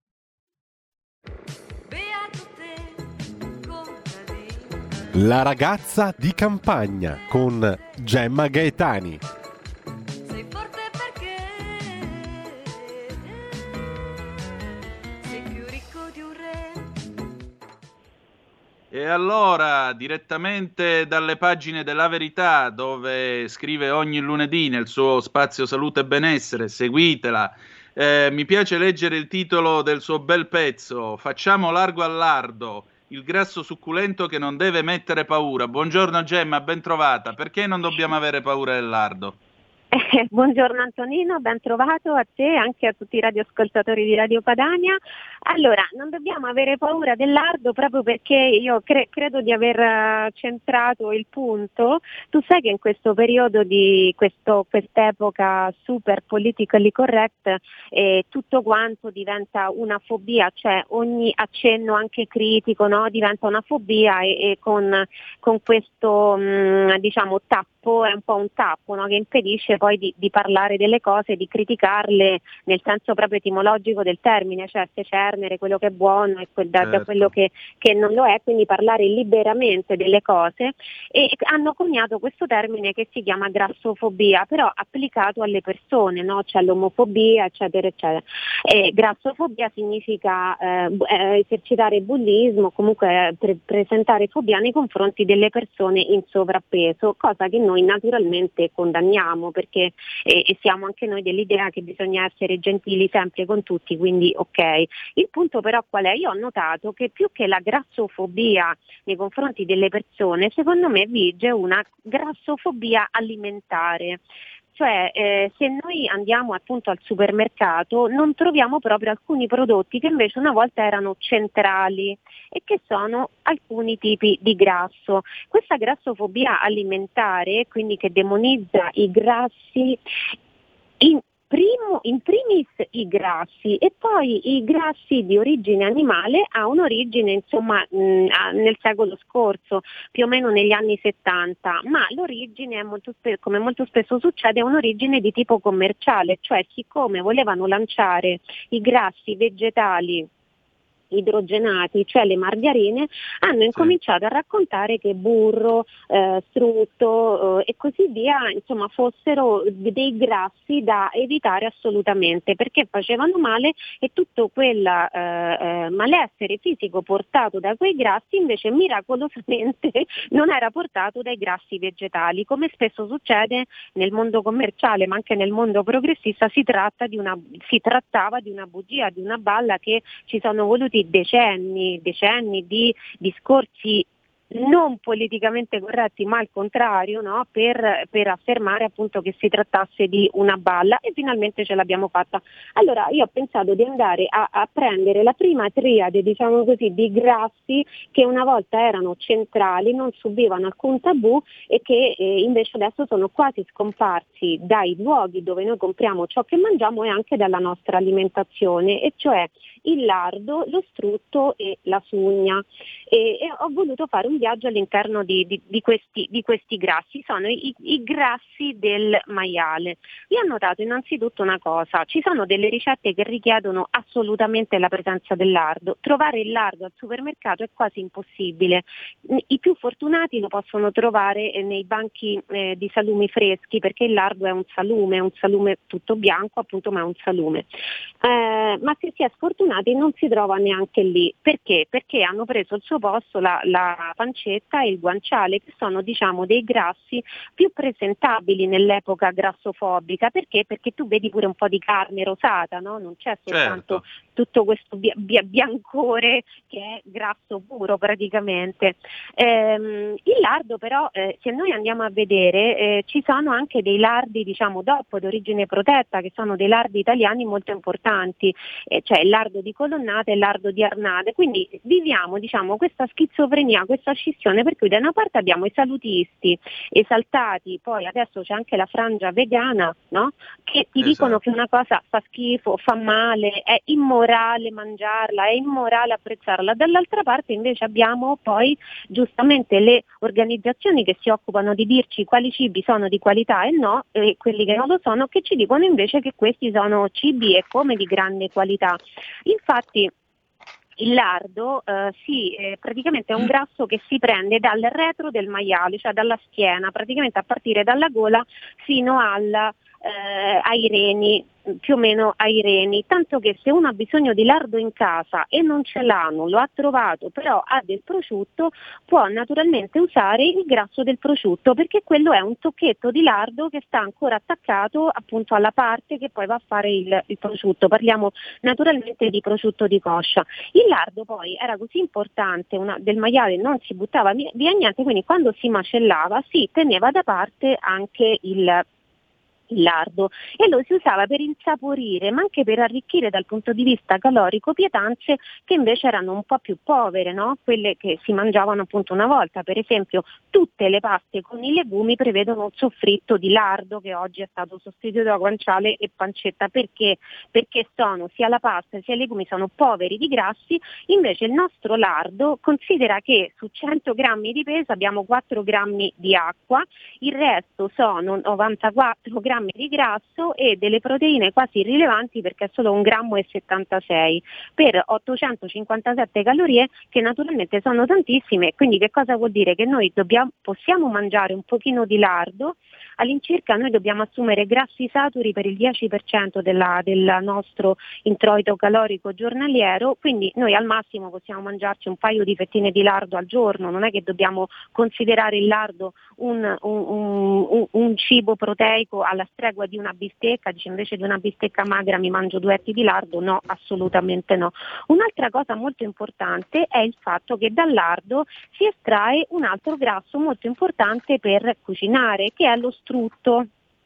Speaker 3: La ragazza di campagna con Gemma Gaetani.
Speaker 12: Sei forte perché sei più ricco di un re.
Speaker 5: E allora, direttamente dalle pagine della Verità, dove scrive ogni lunedì nel suo spazio Salute e Benessere, seguitela. Eh, mi piace leggere il titolo del suo bel pezzo, Facciamo largo al lardo, il grasso succulento che non deve mettere paura. Buongiorno Gemma, ben trovata. Perché non dobbiamo avere paura del lardo?
Speaker 13: Eh, buongiorno Antonino, ben trovato a te e anche a tutti i radioascoltatori di Radio Padania. Allora, non dobbiamo avere paura del lardo proprio perché io cre- credo di aver uh, centrato il punto. Tu sai che in questo periodo di questo, quest'epoca super politically correct eh, tutto quanto diventa una fobia, cioè ogni accenno anche critico, no, diventa una fobia e, e con, con questo mh, diciamo tappo, è un po' un tappo, no, che impedisce poi di, di parlare delle cose, di criticarle nel senso proprio etimologico del termine, cioè secernere quello che è buono e quel, da,
Speaker 5: certo.
Speaker 13: da quello che, che non lo è, quindi parlare liberamente delle cose, e hanno coniato questo termine che si chiama grassofobia, però applicato alle persone, no? C'è l'omofobia, eccetera, eccetera. E grassofobia significa eh, esercitare bullismo, comunque pre- presentare fobia nei confronti delle persone in sovrappeso, cosa che noi naturalmente condanniamo, perché eh, e siamo anche noi dell'idea che bisogna essere gentili sempre con tutti, quindi ok. Il punto però qual è? Io ho notato che più che la grassofobia nei confronti delle persone, secondo me vige una grassofobia alimentare. Cioè eh, se noi andiamo appunto al supermercato non troviamo proprio alcuni prodotti che invece una volta erano centrali e che sono alcuni tipi di grasso. Questa grassofobia alimentare, quindi che demonizza i grassi, in Primo, in primis i grassi e poi i grassi di origine animale ha un'origine insomma mh, nel secolo scorso, più o meno negli anni settanta, ma l'origine è molto spe- come molto spesso succede è un'origine di tipo commerciale, cioè siccome volevano lanciare i grassi vegetali idrogenati, cioè le margarine, hanno incominciato a raccontare che burro, eh, strutto eh, e così via, insomma, fossero dei grassi da evitare assolutamente perché facevano male, e tutto quel eh, eh, malessere fisico portato da quei grassi invece miracolosamente non era portato dai grassi vegetali. Come spesso succede nel mondo commerciale ma anche nel mondo progressista, si tratta di una si trattava di una bugia, di una balla che ci sono voluti decenni, decenni di discorsi non politicamente corretti, ma al contrario, no? per, per affermare appunto che si trattasse di una balla, e finalmente ce l'abbiamo fatta. Allora io ho pensato di andare a, a prendere la prima triade, diciamo così, di grassi che una volta erano centrali, non subivano alcun tabù e che eh, invece adesso sono quasi scomparsi dai luoghi dove noi compriamo ciò che mangiamo e anche dalla nostra alimentazione, e cioè il lardo, lo strutto e la sugna. E, e ho voluto fare un viaggio all'interno di, di, di, questi, di questi grassi. Sono i, i grassi del maiale. Io ho notato innanzitutto una cosa: ci sono delle ricette che richiedono assolutamente la presenza del lardo. Trovare il lardo al supermercato è quasi impossibile. I più fortunati lo possono trovare nei banchi eh, di salumi freschi, perché il lardo è un salume, è un salume tutto bianco appunto, ma è un salume. Eh, ma se si è sfortunati non si trova neanche lì. Perché? Perché hanno preso il suo posto la, la pancetta e il guanciale, che sono diciamo dei grassi più presentabili nell'epoca grassofobica. Perché? Perché tu vedi pure un po' di carne rosata, no? Non c'è soltanto certo. tutto questo bia- bia- biancore che è grasso puro praticamente. Ehm, il lardo però, eh, se noi andiamo a vedere, eh, ci sono anche dei lardi diciamo D O P d'origine protetta, che sono dei lardi italiani molto importanti, eh, cioè il lardo di Colonnate e lardo di Arnade. Quindi viviamo diciamo questa schizofrenia, questa scissione, per cui da una parte abbiamo i salutisti esaltati, poi adesso c'è anche la frangia vegana, no? Che ti esatto. dicono che una cosa fa schifo, fa male, è immorale mangiarla, è immorale apprezzarla. Dall'altra parte invece abbiamo poi giustamente le organizzazioni che si occupano di dirci quali cibi sono di qualità e no, e quelli che non lo sono, che ci dicono invece che questi sono cibi e come di grande qualità. Infatti il lardo eh, sì, eh, praticamente è un grasso che si prende dal retro del maiale, cioè dalla schiena, praticamente a partire dalla gola fino alla, eh, ai reni, più o meno ai reni, tanto che se uno ha bisogno di lardo in casa e non ce l'ha, non lo ha trovato, però ha del prosciutto, può naturalmente usare il grasso del prosciutto, perché quello è un tocchetto di lardo che sta ancora attaccato appunto alla parte che poi va a fare il, il prosciutto. Parliamo naturalmente di prosciutto di coscia. Il lardo poi era così importante, una, del maiale non si buttava via, via niente, quindi quando si macellava si teneva da parte anche il il lardo e lo si usava per insaporire, ma anche per arricchire dal punto di vista calorico pietanze che invece erano un po' più povere, no? Quelle che si mangiavano appunto una volta. Per esempio tutte le paste con i legumi prevedono un soffritto di lardo, che oggi è stato sostituito da guanciale e pancetta. Perché? Perché sono sia la pasta sia i legumi sono poveri di grassi. Invece il nostro lardo, considera che su cento grammi di peso abbiamo quattro grammi di acqua, il resto sono novantaquattro grammi di grasso e delle proteine quasi irrilevanti, perché è solo un grammo e settantasei per ottocentocinquantasette calorie, che naturalmente sono tantissime. Quindi che cosa vuol dire? Che noi dobbiamo, possiamo mangiare un pochino di lardo, all'incirca noi dobbiamo assumere grassi saturi per il dieci per cento della, del nostro introito calorico giornaliero, quindi noi al massimo possiamo mangiarci un paio di fettine di lardo al giorno. Non è che dobbiamo considerare il lardo un, un, un, un cibo proteico alla stregua di una bistecca, dice invece di una bistecca magra mi mangio due etti di lardo. No, assolutamente no. Un'altra cosa molto importante è il fatto che dal lardo si estrae un altro grasso molto importante per cucinare, che è lo strutto.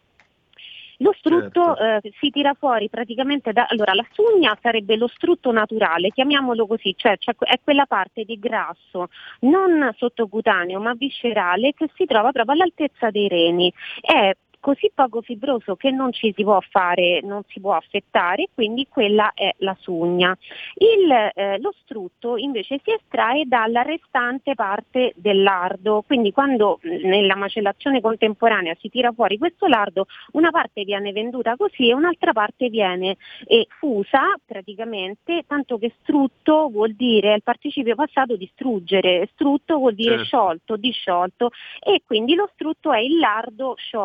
Speaker 13: Lo strutto certo. eh, si tira fuori praticamente da, allora la sugna sarebbe lo strutto naturale, chiamiamolo così, cioè, cioè è quella parte di grasso non sottocutaneo ma viscerale che si trova proprio all'altezza dei reni. È così poco fibroso che non ci si può fare, non si può affettare, quindi quella è la sugna. Il, eh, lo strutto invece si estrae dalla restante parte del lardo, quindi quando nella macellazione contemporanea si tira fuori questo lardo, una parte viene venduta così e un'altra parte viene eh, fusa praticamente, tanto che strutto vuol dire il participio passato di struggere, strutto vuol dire certo. sciolto, disciolto, e quindi lo strutto è il lardo sciolto. Infatti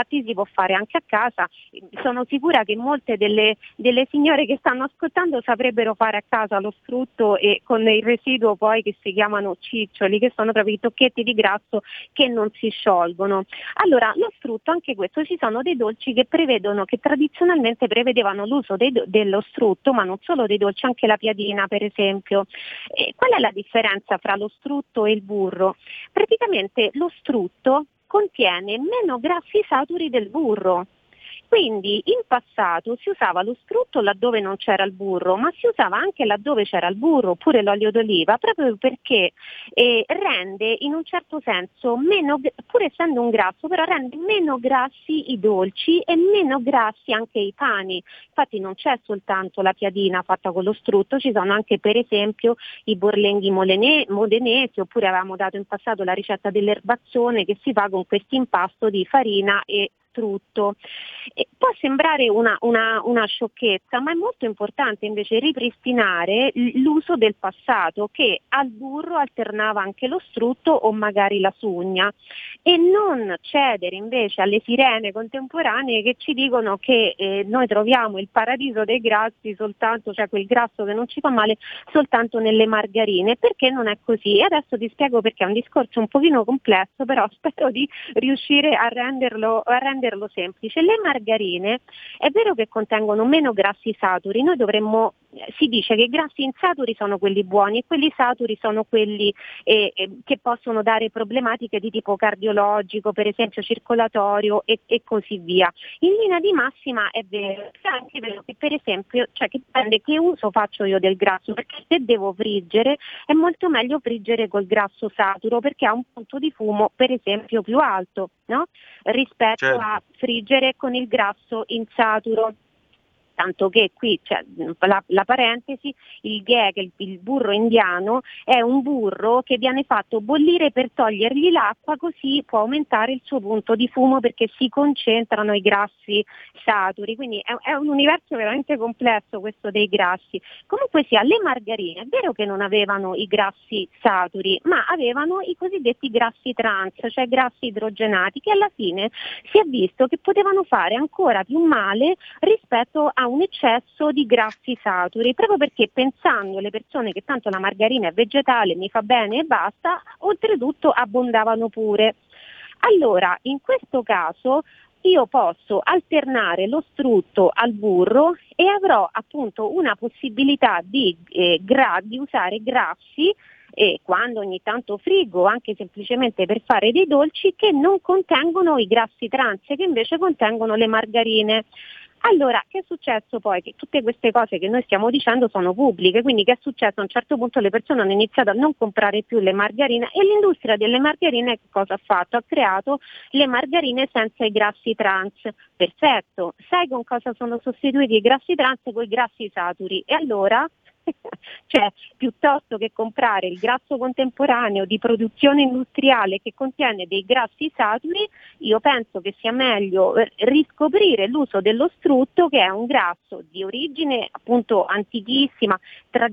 Speaker 13: piatti si può fare anche a casa. Sono sicura che molte delle, delle signore che stanno ascoltando saprebbero fare a casa lo strutto e con il residuo poi che si chiamano ciccioli, che sono proprio i tocchetti di grasso che non si sciolgono. Allora, lo strutto, anche questo, ci sono dei dolci che prevedono, che tradizionalmente prevedevano l'uso dei, dello strutto, ma non solo dei dolci, anche la piadina per esempio. E qual è la differenza fra lo strutto e il burro? Praticamente lo strutto contiene meno grassi saturi del burro. Quindi in passato si usava lo strutto laddove non c'era il burro, ma si usava anche laddove c'era il burro, oppure l'olio d'oliva, proprio perché eh, rende in un certo senso meno, pur essendo un grasso, però rende meno grassi i dolci e meno grassi anche i pani. Infatti non c'è soltanto la piadina fatta con lo strutto, ci sono anche per esempio i borlenghi molene- modenesi, oppure avevamo dato in passato la ricetta dell'erbazzone che si fa con questo impasto di farina e strutto. E può sembrare una, una, una sciocchezza, ma è molto importante invece ripristinare l'uso del passato, che al burro alternava anche lo strutto o magari la sugna, e non cedere invece alle sirene contemporanee che ci dicono che eh, noi troviamo il paradiso dei grassi soltanto, cioè quel grasso che non ci fa male, soltanto nelle margarine, perché non è così. E adesso ti spiego perché. È un discorso un pochino complesso, però spero di riuscire a renderlo, a renderlo renderlo semplice. Le margarine è vero che contengono meno grassi saturi, noi dovremmo, si dice che i grassi insaturi sono quelli buoni e quelli saturi sono quelli eh, eh, che possono dare problematiche di tipo cardiologico, per esempio circolatorio e, e così via. In linea di massima è vero, è anche vero che per esempio, cioè che dipende che uso faccio io del grasso, perché se devo friggere è molto meglio friggere col grasso saturo, perché ha un punto di fumo per esempio più alto, no? Rispetto certo. a friggere con il grasso insaturo. Tanto che qui c'è la, la parentesi, il ghee, che il, il burro indiano, è un burro che viene fatto bollire per togliergli l'acqua, così può aumentare il suo punto di fumo perché si concentrano i grassi saturi. Quindi è, è un universo veramente complesso questo dei grassi. Comunque sia, le margarine è vero che non avevano i grassi saturi, ma avevano i cosiddetti grassi trans, cioè grassi idrogenati, che alla fine si è visto che potevano fare ancora più male rispetto a un eccesso di grassi saturi, proprio perché pensando alle persone che tanto la margarina è vegetale, mi fa bene e basta, oltretutto abbondavano pure. Allora, in questo caso io posso alternare lo strutto al burro e avrò appunto una possibilità di, eh, gra- di usare grassi e quando ogni tanto friggo, anche semplicemente per fare dei dolci, che non contengono i grassi trans, che invece contengono le margarine. Allora, che è successo poi? Che tutte queste cose che noi stiamo dicendo sono pubbliche, quindi che è successo? A un certo punto le persone hanno iniziato a non comprare più le margarine e l'industria delle margarine che cosa ha fatto? Ha creato le margarine senza i grassi trans. Perfetto, sai con cosa sono sostituiti i grassi trans? Con i grassi saturi. E allora? Cioè, piuttosto che comprare il grasso contemporaneo di produzione industriale che contiene dei grassi saturi, io penso che sia meglio riscoprire l'uso dello strutto, che è un grasso di origine appunto antichissima,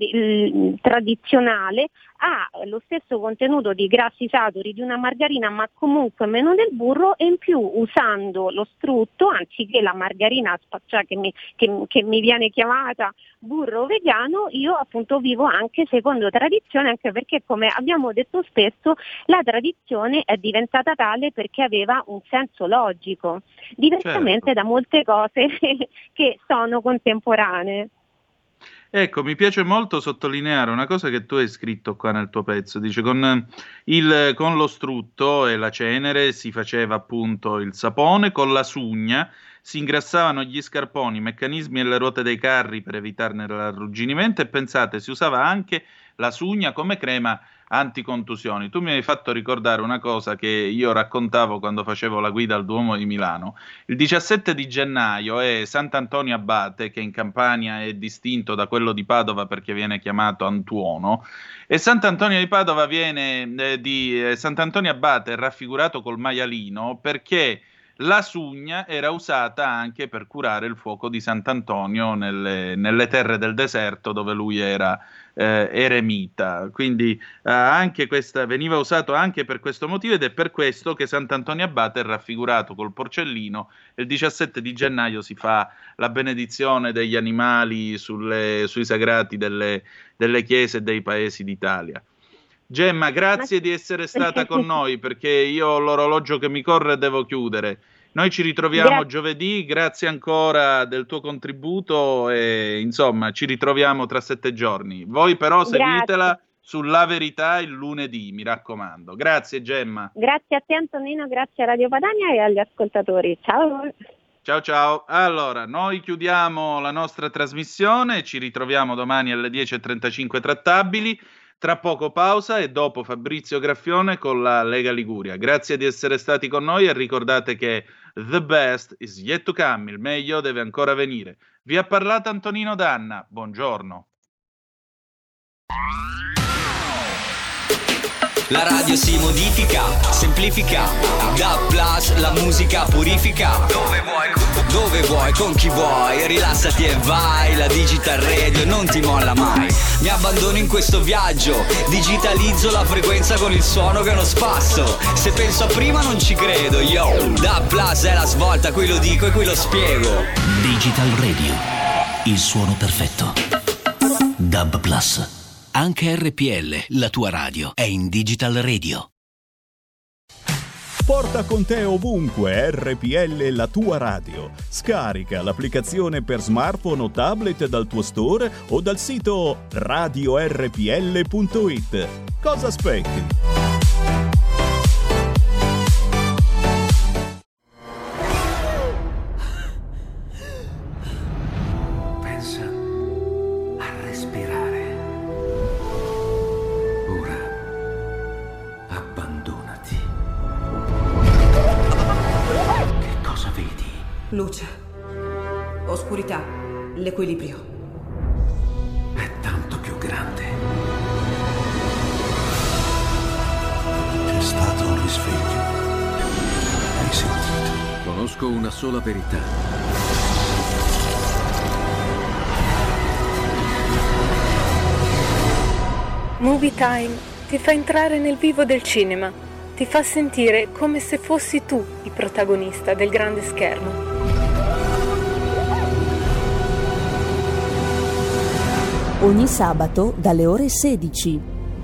Speaker 13: trad- tradizionale, ha lo stesso contenuto di grassi saturi di una margarina, ma comunque meno del burro, e in più usando lo strutto anziché la margarina, cioè che mi, che, che mi viene chiamata burro vegano, io appunto vivo anche secondo tradizione, anche perché, come abbiamo detto spesso, la tradizione è diventata tale perché aveva un senso logico, diversamente certo. da molte cose che sono contemporanee.
Speaker 5: Ecco, mi piace molto sottolineare una cosa che tu hai scritto qua nel tuo pezzo. Dice, con, il, con lo strutto e la cenere si faceva appunto il sapone, con la sugna si ingrassavano gli scarponi, i meccanismi e le ruote dei carri per evitarne l'arrugginimento, e pensate, si usava anche la sugna come crema anticontusioni. Tu mi hai fatto ricordare una cosa che io raccontavo quando facevo la guida al Duomo di Milano. Il diciassette di gennaio è Sant'Antonio Abate, che in Campania è distinto da quello di Padova perché viene chiamato Antuono, e Sant'Antonio di Padova viene eh, di eh, Sant'Antonio Abate è raffigurato col maialino perché la sugna era usata anche per curare il fuoco di Sant'Antonio nelle, nelle terre del deserto dove lui era eh, eremita. Quindi eh, anche questa veniva usato anche per questo motivo, ed è per questo che Sant'Antonio Abate è raffigurato col porcellino. Il diciassette di gennaio si fa la benedizione degli animali sulle, sui sagrati delle, delle chiese e dei paesi d'Italia. Gemma, grazie di essere stata con noi, perché io ho l'orologio che mi corre e devo chiudere. Noi ci ritroviamo grazie. Giovedì, grazie ancora del tuo contributo e insomma ci ritroviamo tra sette giorni. Voi però seguitela grazie. Sulla Verità il lunedì, mi raccomando. Grazie Gemma.
Speaker 13: Grazie a te Antonino, grazie a Radio Padania e agli ascoltatori. Ciao.
Speaker 5: Ciao ciao. Allora, noi chiudiamo la nostra trasmissione, ci ritroviamo domani alle dieci e trentacinque trattabili. Tra poco pausa e dopo Fabrizio Graffione con la Lega Liguria. Grazie di essere stati con noi e ricordate che the best is yet to come, il meglio deve ancora venire. Vi ha parlato Antonino Danna, buongiorno.
Speaker 14: La radio si modifica, semplifica, da plus la musica purifica. Dove vuoi, dove vuoi, con chi vuoi, rilassati e vai. La Digital Radio non ti molla mai. Mi abbandono in questo viaggio, digitalizzo la frequenza con il suono che non spasso. Se penso a prima non ci credo, yo. Da plus è la svolta, qui lo dico e qui lo spiego.
Speaker 9: Digital Radio, il suono perfetto. Dub Plus. Anche R P L, la tua radio, è in Digital Radio.
Speaker 15: Porta con te ovunque R P L, la tua radio. Scarica l'applicazione per smartphone o tablet dal tuo store o dal sito radio erre pi elle punto it. Cosa aspetti?
Speaker 16: Luce, oscurità, l'equilibrio.
Speaker 17: È tanto più grande. C'è stato un risveglio. Hai sentito? Conosco una sola verità.
Speaker 18: Movie Time ti fa entrare nel vivo del cinema, ti fa sentire come se fossi tu il protagonista del grande schermo.
Speaker 19: Ogni sabato dalle ore sedici.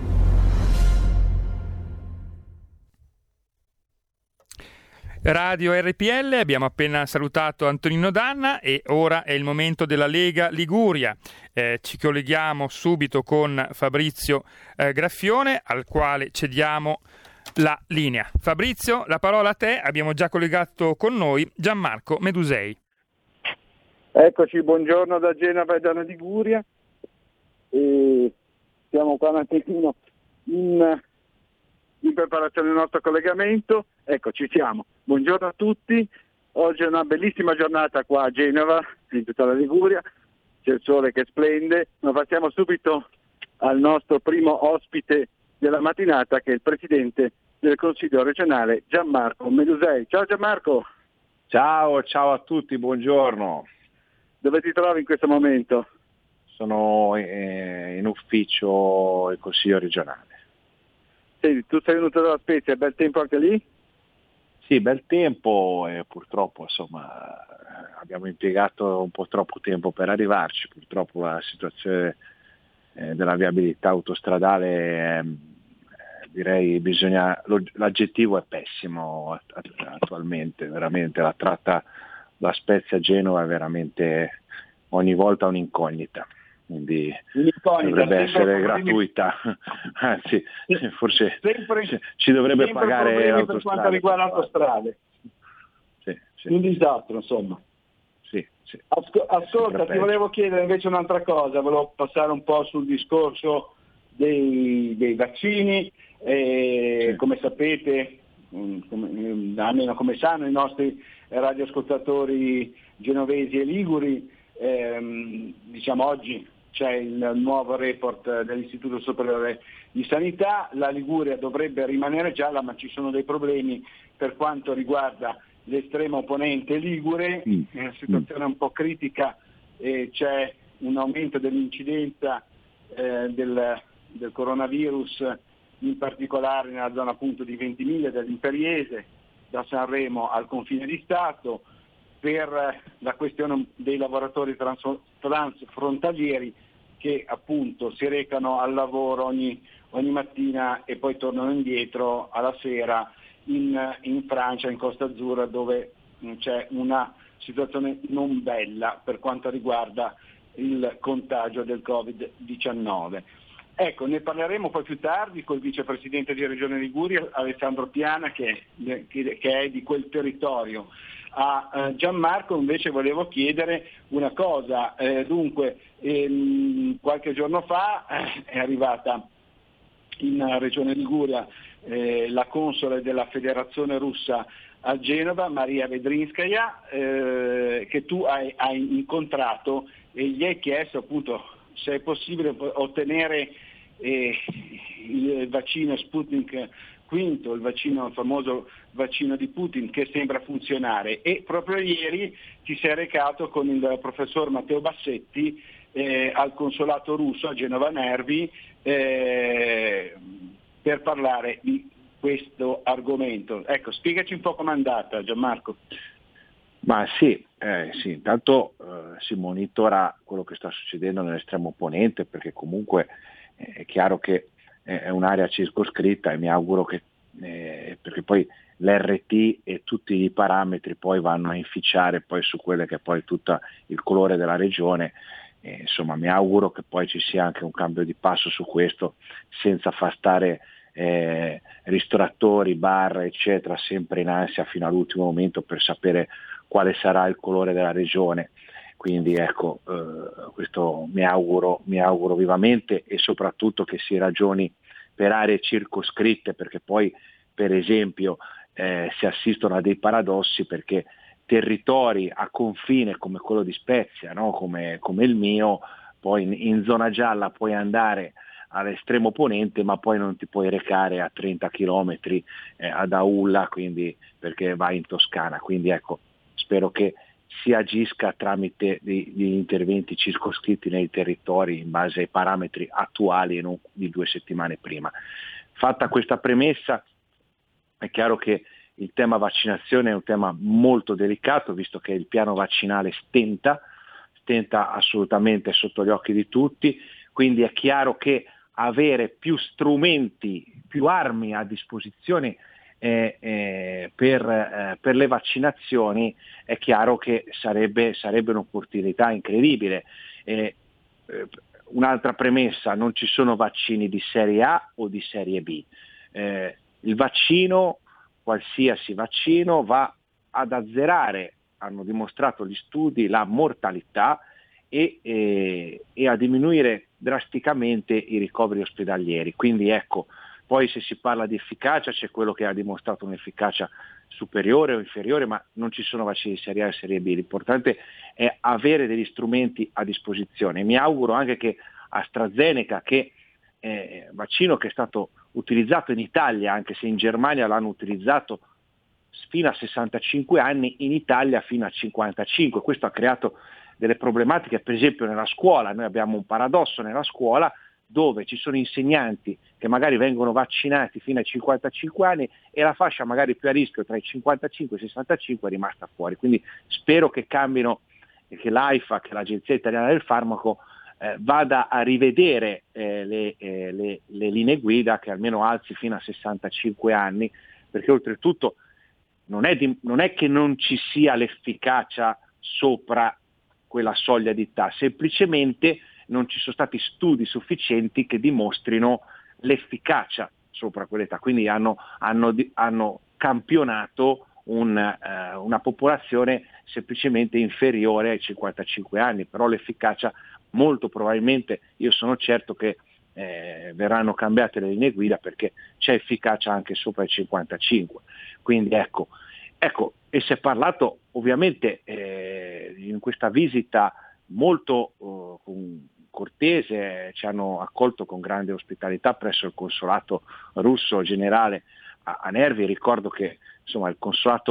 Speaker 4: Radio R P L, abbiamo appena salutato Antonino Danna e ora è il momento della Lega Liguria. Eh, ci colleghiamo subito con Fabrizio eh, Graffione, al quale cediamo la linea. Fabrizio, la parola a te. Abbiamo già collegato con noi Gianmarco Medusei.
Speaker 20: Eccoci, buongiorno da Genova e dalla Liguria. E siamo qua un attimino in, in preparazione del nostro collegamento. Ecco, ci siamo. Buongiorno a tutti. Oggi è una bellissima giornata qua a Genova, in tutta la Liguria. C'è il sole che splende, ma passiamo subito al nostro primo ospite della mattinata, che è il presidente del Consiglio regionale Gianmarco Medusei. Ciao Gianmarco.
Speaker 21: Ciao, ciao a tutti, buongiorno.
Speaker 20: Dove ti trovi in questo momento?
Speaker 21: Sono in ufficio il Consiglio regionale.
Speaker 20: Sì, tu sei venuto dalla Spezia, è bel tempo anche lì?
Speaker 21: Sì, bel tempo e purtroppo insomma abbiamo impiegato un po' troppo tempo per arrivarci, purtroppo la situazione eh, della viabilità autostradale eh, direi bisogna, l'aggettivo è pessimo attualmente, veramente la tratta da Spezia a Genova è veramente ogni volta un'incognita. Quindi dovrebbe essere gratuita, anzi forse
Speaker 20: sempre,
Speaker 21: ci dovrebbe
Speaker 20: sempre
Speaker 21: pagare autostrade.
Speaker 20: Per quanto riguarda autostrade,
Speaker 21: sì, sì.
Speaker 20: Un disastro insomma.
Speaker 21: Sì, sì.
Speaker 20: Asco- ascolta, ti volevo chiedere invece un'altra cosa, volevo passare un po' sul discorso dei, dei vaccini, e, sì. Come sapete, come, almeno come sanno i nostri radioascoltatori genovesi e liguri, ehm, diciamo oggi c'è il nuovo report dell'Istituto Superiore di Sanità, la Liguria dovrebbe rimanere gialla, ma ci sono dei problemi per quanto riguarda l'estrema opponente ligure, mm. è una situazione un po' critica, e c'è un aumento dell'incidenza eh, del, del coronavirus, in particolare nella zona appunto di Ventimiglia, dell'Imperiese, da Sanremo al confine di Stato, per la questione dei lavoratori trans, transfrontalieri che appunto si recano al lavoro ogni, ogni mattina e poi tornano indietro alla sera in, in Francia, in Costa Azzurra, dove c'è una situazione non bella per quanto riguarda il contagio del covid diciannove. Ecco, ne parleremo poi più tardi col vicepresidente di Regione Liguria, Alessandro Piana, che, che, che è di quel territorio. A eh, Gianmarco invece volevo chiedere una cosa, eh, dunque ehm, qualche giorno fa eh, è arrivata in Regione Liguria eh, la console della Federazione Russa a Genova, Maria Vedrinskaya, eh, che tu hai, hai incontrato e gli hai chiesto appunto se è possibile ottenere eh, il vaccino Sputnik quinto, il vaccino, il famoso vaccino di Putin, che sembra funzionare, e proprio ieri ti sei recato con il professor Matteo Bassetti eh, al consolato russo a Genova Nervi eh, per parlare di questo argomento. Ecco, spiegaci un po' com'è andata, Gianmarco.
Speaker 21: Ma sì, eh, sì, intanto eh, si monitora quello che sta succedendo nell'estremo opponente, perché comunque eh, è chiaro che è un'area circoscritta e mi auguro che, eh, perché poi l'R T e tutti i parametri poi vanno a inficiare poi su quello che è poi tutto il colore della regione, eh, insomma mi auguro che poi ci sia anche un cambio di passo su questo, senza far stare eh, ristoratori, bar eccetera sempre in ansia fino all'ultimo momento per sapere quale sarà il colore della regione. Quindi ecco, eh, questo mi auguro, mi auguro vivamente, e soprattutto che si ragioni per aree circoscritte, perché poi per esempio eh, si assistono a dei paradossi, perché territori a confine come quello di Spezia, no? come, come il mio, poi in, in zona gialla puoi andare all'estremo opponente, ma poi non ti puoi recare a trenta chilometri eh, ad Aulla, quindi, perché vai in Toscana. Quindi ecco, spero che si agisca tramite degli interventi circoscritti nei territori in base ai parametri attuali e non di due settimane prima. Fatta questa premessa, è chiaro che il tema vaccinazione è un tema molto delicato, visto che il piano vaccinale stenta, stenta assolutamente sotto gli occhi di tutti, quindi è chiaro che avere più strumenti, più armi a disposizione Eh, eh, per, eh, per le vaccinazioni è chiaro che sarebbe, sarebbe un'opportunità incredibile. Eh, eh, un'altra premessa, non ci sono vaccini di serie A o di serie B. Eh, il vaccino, qualsiasi vaccino, va ad azzerare, hanno dimostrato gli studi, la mortalità e, eh, e a diminuire drasticamente i ricoveri ospedalieri. Quindi ecco, poi se si parla di efficacia c'è quello che ha dimostrato un'efficacia superiore o inferiore, ma non ci sono vaccini di serie A e serie B. L'importante è avere degli strumenti a disposizione. Mi auguro anche che AstraZeneca, che è un vaccino che è stato utilizzato in Italia, anche se in Germania l'hanno utilizzato fino a sessantacinque anni, in Italia fino a cinquantacinque. Questo ha creato delle problematiche, per esempio nella scuola. Noi abbiamo un paradosso nella scuola, dove ci sono insegnanti che magari vengono vaccinati fino ai cinquantacinque anni e la fascia magari più a rischio tra i cinquantacinque e i sessantacinque è rimasta fuori. Quindi spero che cambino e che l'AIFA, che è l'Agenzia Italiana del Farmaco, eh, vada a rivedere eh, le, eh, le, le linee guida, che almeno alzi fino a sessantacinque anni, perché oltretutto non è, di, non è che non ci sia l'efficacia sopra quella soglia di età, semplicemente non ci sono stati studi sufficienti che dimostrino l'efficacia sopra quell'età, quindi hanno, hanno, hanno campionato un, eh, una popolazione semplicemente inferiore ai cinquantacinque anni, però l'efficacia molto probabilmente, io sono certo che eh, verranno cambiate le linee guida, perché c'è efficacia anche sopra i cinquantacinque. Quindi ecco, ecco e si è parlato ovviamente eh, in questa visita molto uh, con, cortese, ci hanno accolto con grande ospitalità presso il consolato russo generale a, a Nervi. Ricordo che insomma il consolato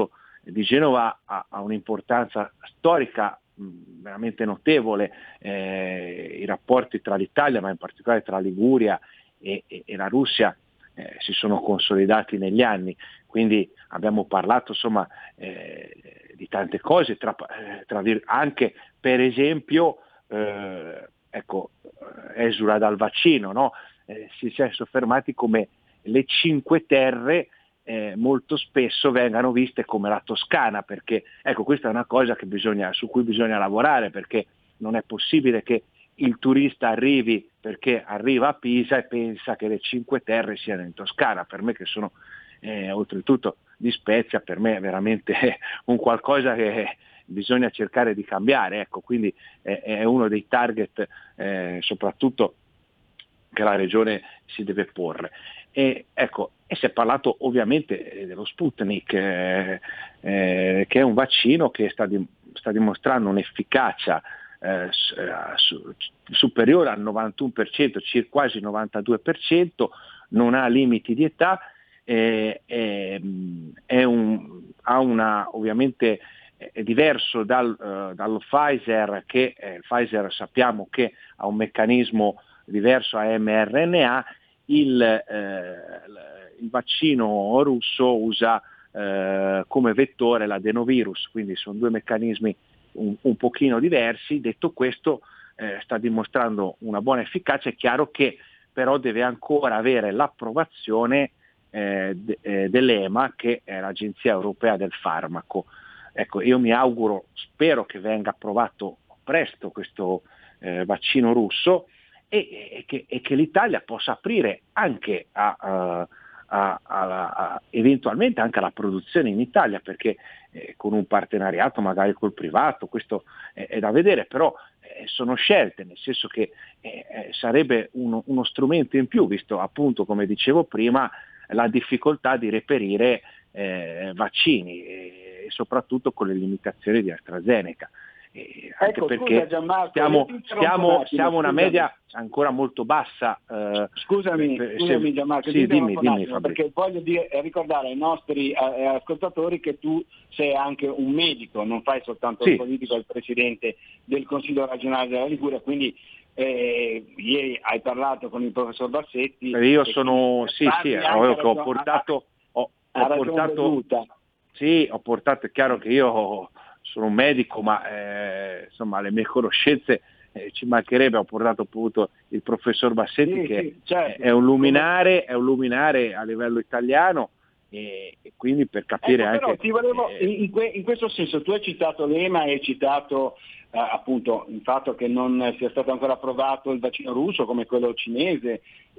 Speaker 21: di Genova ha, ha un'importanza storica mh, veramente notevole, eh, i rapporti tra l'Italia, ma in particolare tra Liguria e, e, e la Russia, eh, si sono consolidati negli anni, quindi abbiamo parlato insomma eh, di tante cose, tra, tra, anche per esempio eh, ecco, esula dal vaccino, no? Eh, si, si è soffermati come le Cinque Terre eh, molto spesso vengano viste come la Toscana, perché ecco, questa è una cosa che bisogna, su cui bisogna lavorare, perché non è possibile che il turista arrivi perché arriva a Pisa e pensa che le Cinque Terre siano in Toscana. Per me, che sono eh, oltretutto di Spezia, per me è veramente un qualcosa che bisogna cercare di cambiare, ecco, quindi eh, è uno dei target eh, soprattutto che la regione si deve porre. E ecco, e si è parlato ovviamente dello Sputnik, eh, eh, che è un vaccino che sta, di, sta dimostrando un'efficacia eh, su, superiore al novantuno per cento, circa quasi novantadue per cento, non ha limiti di età, eh, è, è un, ha una ovviamente è diverso dal, uh, dallo Pfizer, che eh, il Pfizer sappiamo che ha un meccanismo diverso a mRNA, il, eh, il vaccino russo usa eh, come vettore l'adenovirus, quindi sono due meccanismi un, un pochino diversi. Detto questo, eh, sta dimostrando una buona efficacia, è chiaro che però deve ancora avere l'approvazione eh, de, eh, dell'E M A, che è l'Agenzia Europea del Farmaco. Ecco, io mi auguro, spero che venga approvato presto questo eh, vaccino russo e, e, che, e che l'Italia possa aprire anche a, a, a, a, a eventualmente anche alla produzione in Italia, perché eh, con un partenariato magari col privato, questo è, è da vedere, però eh, sono scelte, nel senso che eh, sarebbe uno, uno strumento in più, visto appunto, come dicevo prima, la difficoltà di reperire eh, vaccini e, e soprattutto con le limitazioni di AstraZeneca. Eh, anche
Speaker 2: ecco,
Speaker 21: perché
Speaker 2: scusa, Gianmarco,
Speaker 21: stiamo, stiamo,
Speaker 2: un
Speaker 21: stiamo una
Speaker 2: scusami.
Speaker 21: media ancora molto bassa. Eh,
Speaker 2: Scusami,
Speaker 21: per,
Speaker 2: scusami
Speaker 21: se,
Speaker 2: Gianmarco,
Speaker 21: sì, dimmi,
Speaker 2: un
Speaker 21: dimmi,
Speaker 2: attimo, perché voglio dire, ricordare ai nostri eh, ascoltatori che tu sei anche un medico, non fai soltanto
Speaker 21: sì.
Speaker 2: il politico, il presidente del Consiglio regionale della Liguria, quindi eh, ieri hai parlato con il professor Bassetti.
Speaker 21: Io sono, sì, sì, ho, ho portato, ho, ho portato, sì, ho portato, è chiaro che io sono un medico, ma eh, insomma le mie conoscenze eh, ci mancherebbe, ho portato appunto il professor Bassetti, sì, che sì, certo. è, un luminare, è un luminare a livello italiano, e, e quindi per capire
Speaker 2: ecco,
Speaker 21: anche...
Speaker 2: Però ti volevo,
Speaker 21: eh,
Speaker 2: in, que, in questo senso tu hai citato l'E M A e hai citato eh, appunto il fatto che non sia stato ancora approvato il vaccino russo come quello cinese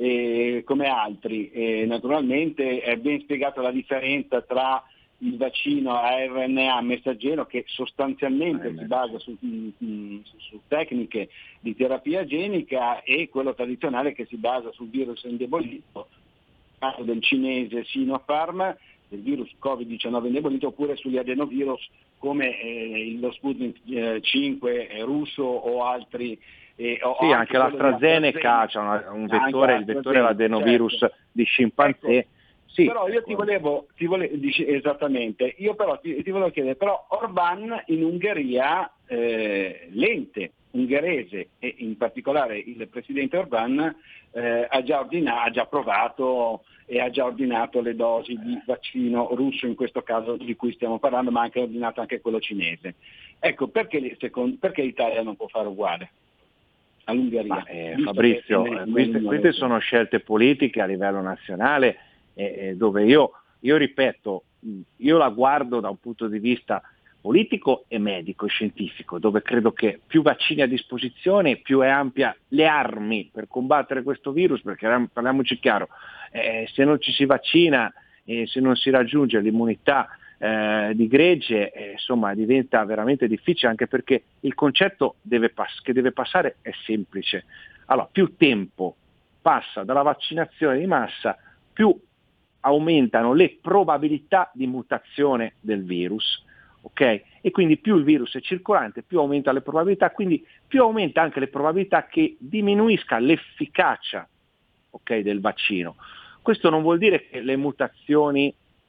Speaker 2: e come altri, e naturalmente è ben spiegata la differenza tra il vaccino a R N A messaggero, che sostanzialmente eh, si basa su, su, su tecniche di terapia genica, e quello tradizionale che si basa sul virus indebolito, caso del cinese Sinopharm, del virus covid diciannove indebolito, oppure sugli adenovirus come eh, lo Sputnik eh, cinque eh, russo o altri. Eh, o
Speaker 21: sì, anche, anche l'AstraZeneca, c'è cioè un vettore, il vettore l'adenovirus certo. di scimpanzé. Ecco.
Speaker 2: Sì, però io ti volevo, ti volevo dici, esattamente, io però ti, ti volevo chiedere, però Orban in Ungheria, eh, l'ente ungherese e in particolare il presidente Orban eh, ha già ordinato, ha già approvato e ha già ordinato le dosi di vaccino russo, in questo caso di cui stiamo parlando, ma ha anche ordinato anche quello cinese. Ecco, perché, secondo, perché l'Italia non può fare uguale all'Ungheria?
Speaker 21: Ma, eh, Fabrizio, nel, queste, queste sono scelte politiche a livello nazionale, Eh, dove io, io ripeto, io la guardo da un punto di vista politico e medico e scientifico, dove credo che più vaccini a disposizione, più è ampia le armi per combattere questo virus, perché parliamoci chiaro, eh, se non ci si vaccina e se non si raggiunge l'immunità eh, di gregge, eh, insomma diventa veramente difficile, anche perché il concetto deve pass- che deve passare è semplice. Allora, più tempo passa dalla vaccinazione di massa, più aumentano le probabilità di mutazione del virus, ok? E quindi più il virus è circolante, più aumenta le probabilità, quindi più aumenta anche le probabilità che diminuisca l'efficacia, ok, del vaccino. Questo non vuol dire che le mutazioni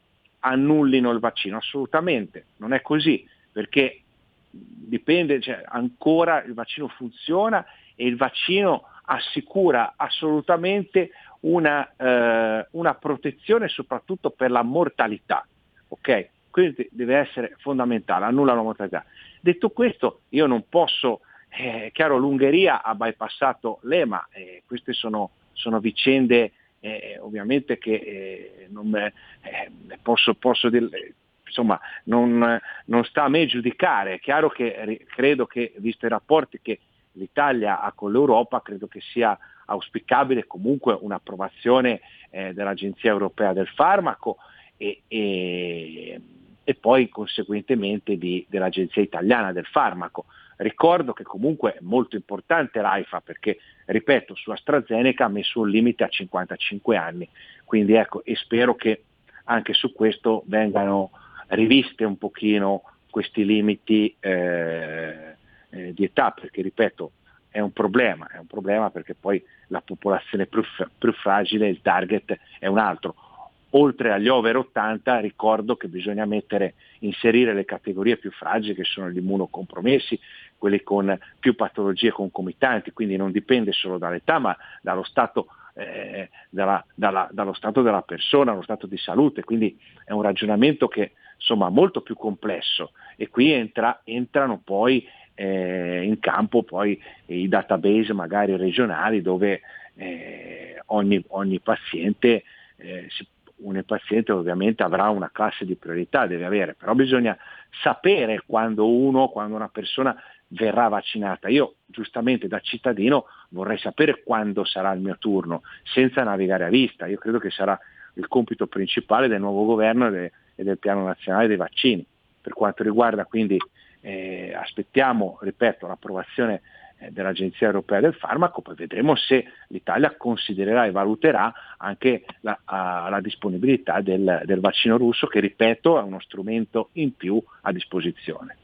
Speaker 21: annullino il vaccino, assolutamente non è così, perché dipende, cioè, ancora il vaccino funziona e il vaccino assicura assolutamente una, eh, una protezione soprattutto per la mortalità, ok? Quindi deve essere fondamentale, annulla la mortalità. Detto questo, io non posso, eh, chiaro, l'Ungheria ha bypassato l'E M A, eh, queste sono, sono vicende eh, ovviamente che eh, non eh, posso, posso dire, insomma, non, non sta a me giudicare. È chiaro che credo che, visto i rapporti che l'Italia ha con l'Europa, credo che sia auspicabile comunque un'approvazione eh, dell'Agenzia Europea del Farmaco e, e, e poi conseguentemente di, dell'Agenzia Italiana del Farmaco. Ricordo che comunque è molto importante l'AIFA perché, ripeto, su AstraZeneca ha messo un limite a cinquantacinque anni, quindi ecco, e spero che anche su questo vengano riviste un pochino questi limiti eh, eh, di età, perché ripeto è un problema, è un problema perché poi la popolazione più, più fragile, il target è un altro. Oltre agli over ottanta ricordo che bisogna mettere, inserire le categorie più fragili che sono gli immunocompromessi, quelli con più patologie concomitanti, quindi non dipende solo dall'età ma dallo stato, eh, dalla, dalla, dallo stato della persona, lo stato di salute, quindi è un ragionamento che insomma molto più complesso e qui entra, entrano poi eh, in campo poi i database magari regionali dove eh, ogni, ogni paziente eh, si un paziente ovviamente avrà una classe di priorità, deve avere, però bisogna sapere quando uno, quando una persona verrà vaccinata. Io giustamente da cittadino vorrei sapere quando sarà il mio turno, senza navigare a vista. Io credo che sarà il compito principale del nuovo governo e, de, e del piano nazionale dei vaccini. Per quanto riguarda quindi, eh, aspettiamo, ripeto, l'approvazione dell'Agenzia Europea del Farmaco, poi vedremo se l'Italia considererà e valuterà anche la, a, la disponibilità del, del vaccino russo che, ripeto, è uno strumento in più a disposizione.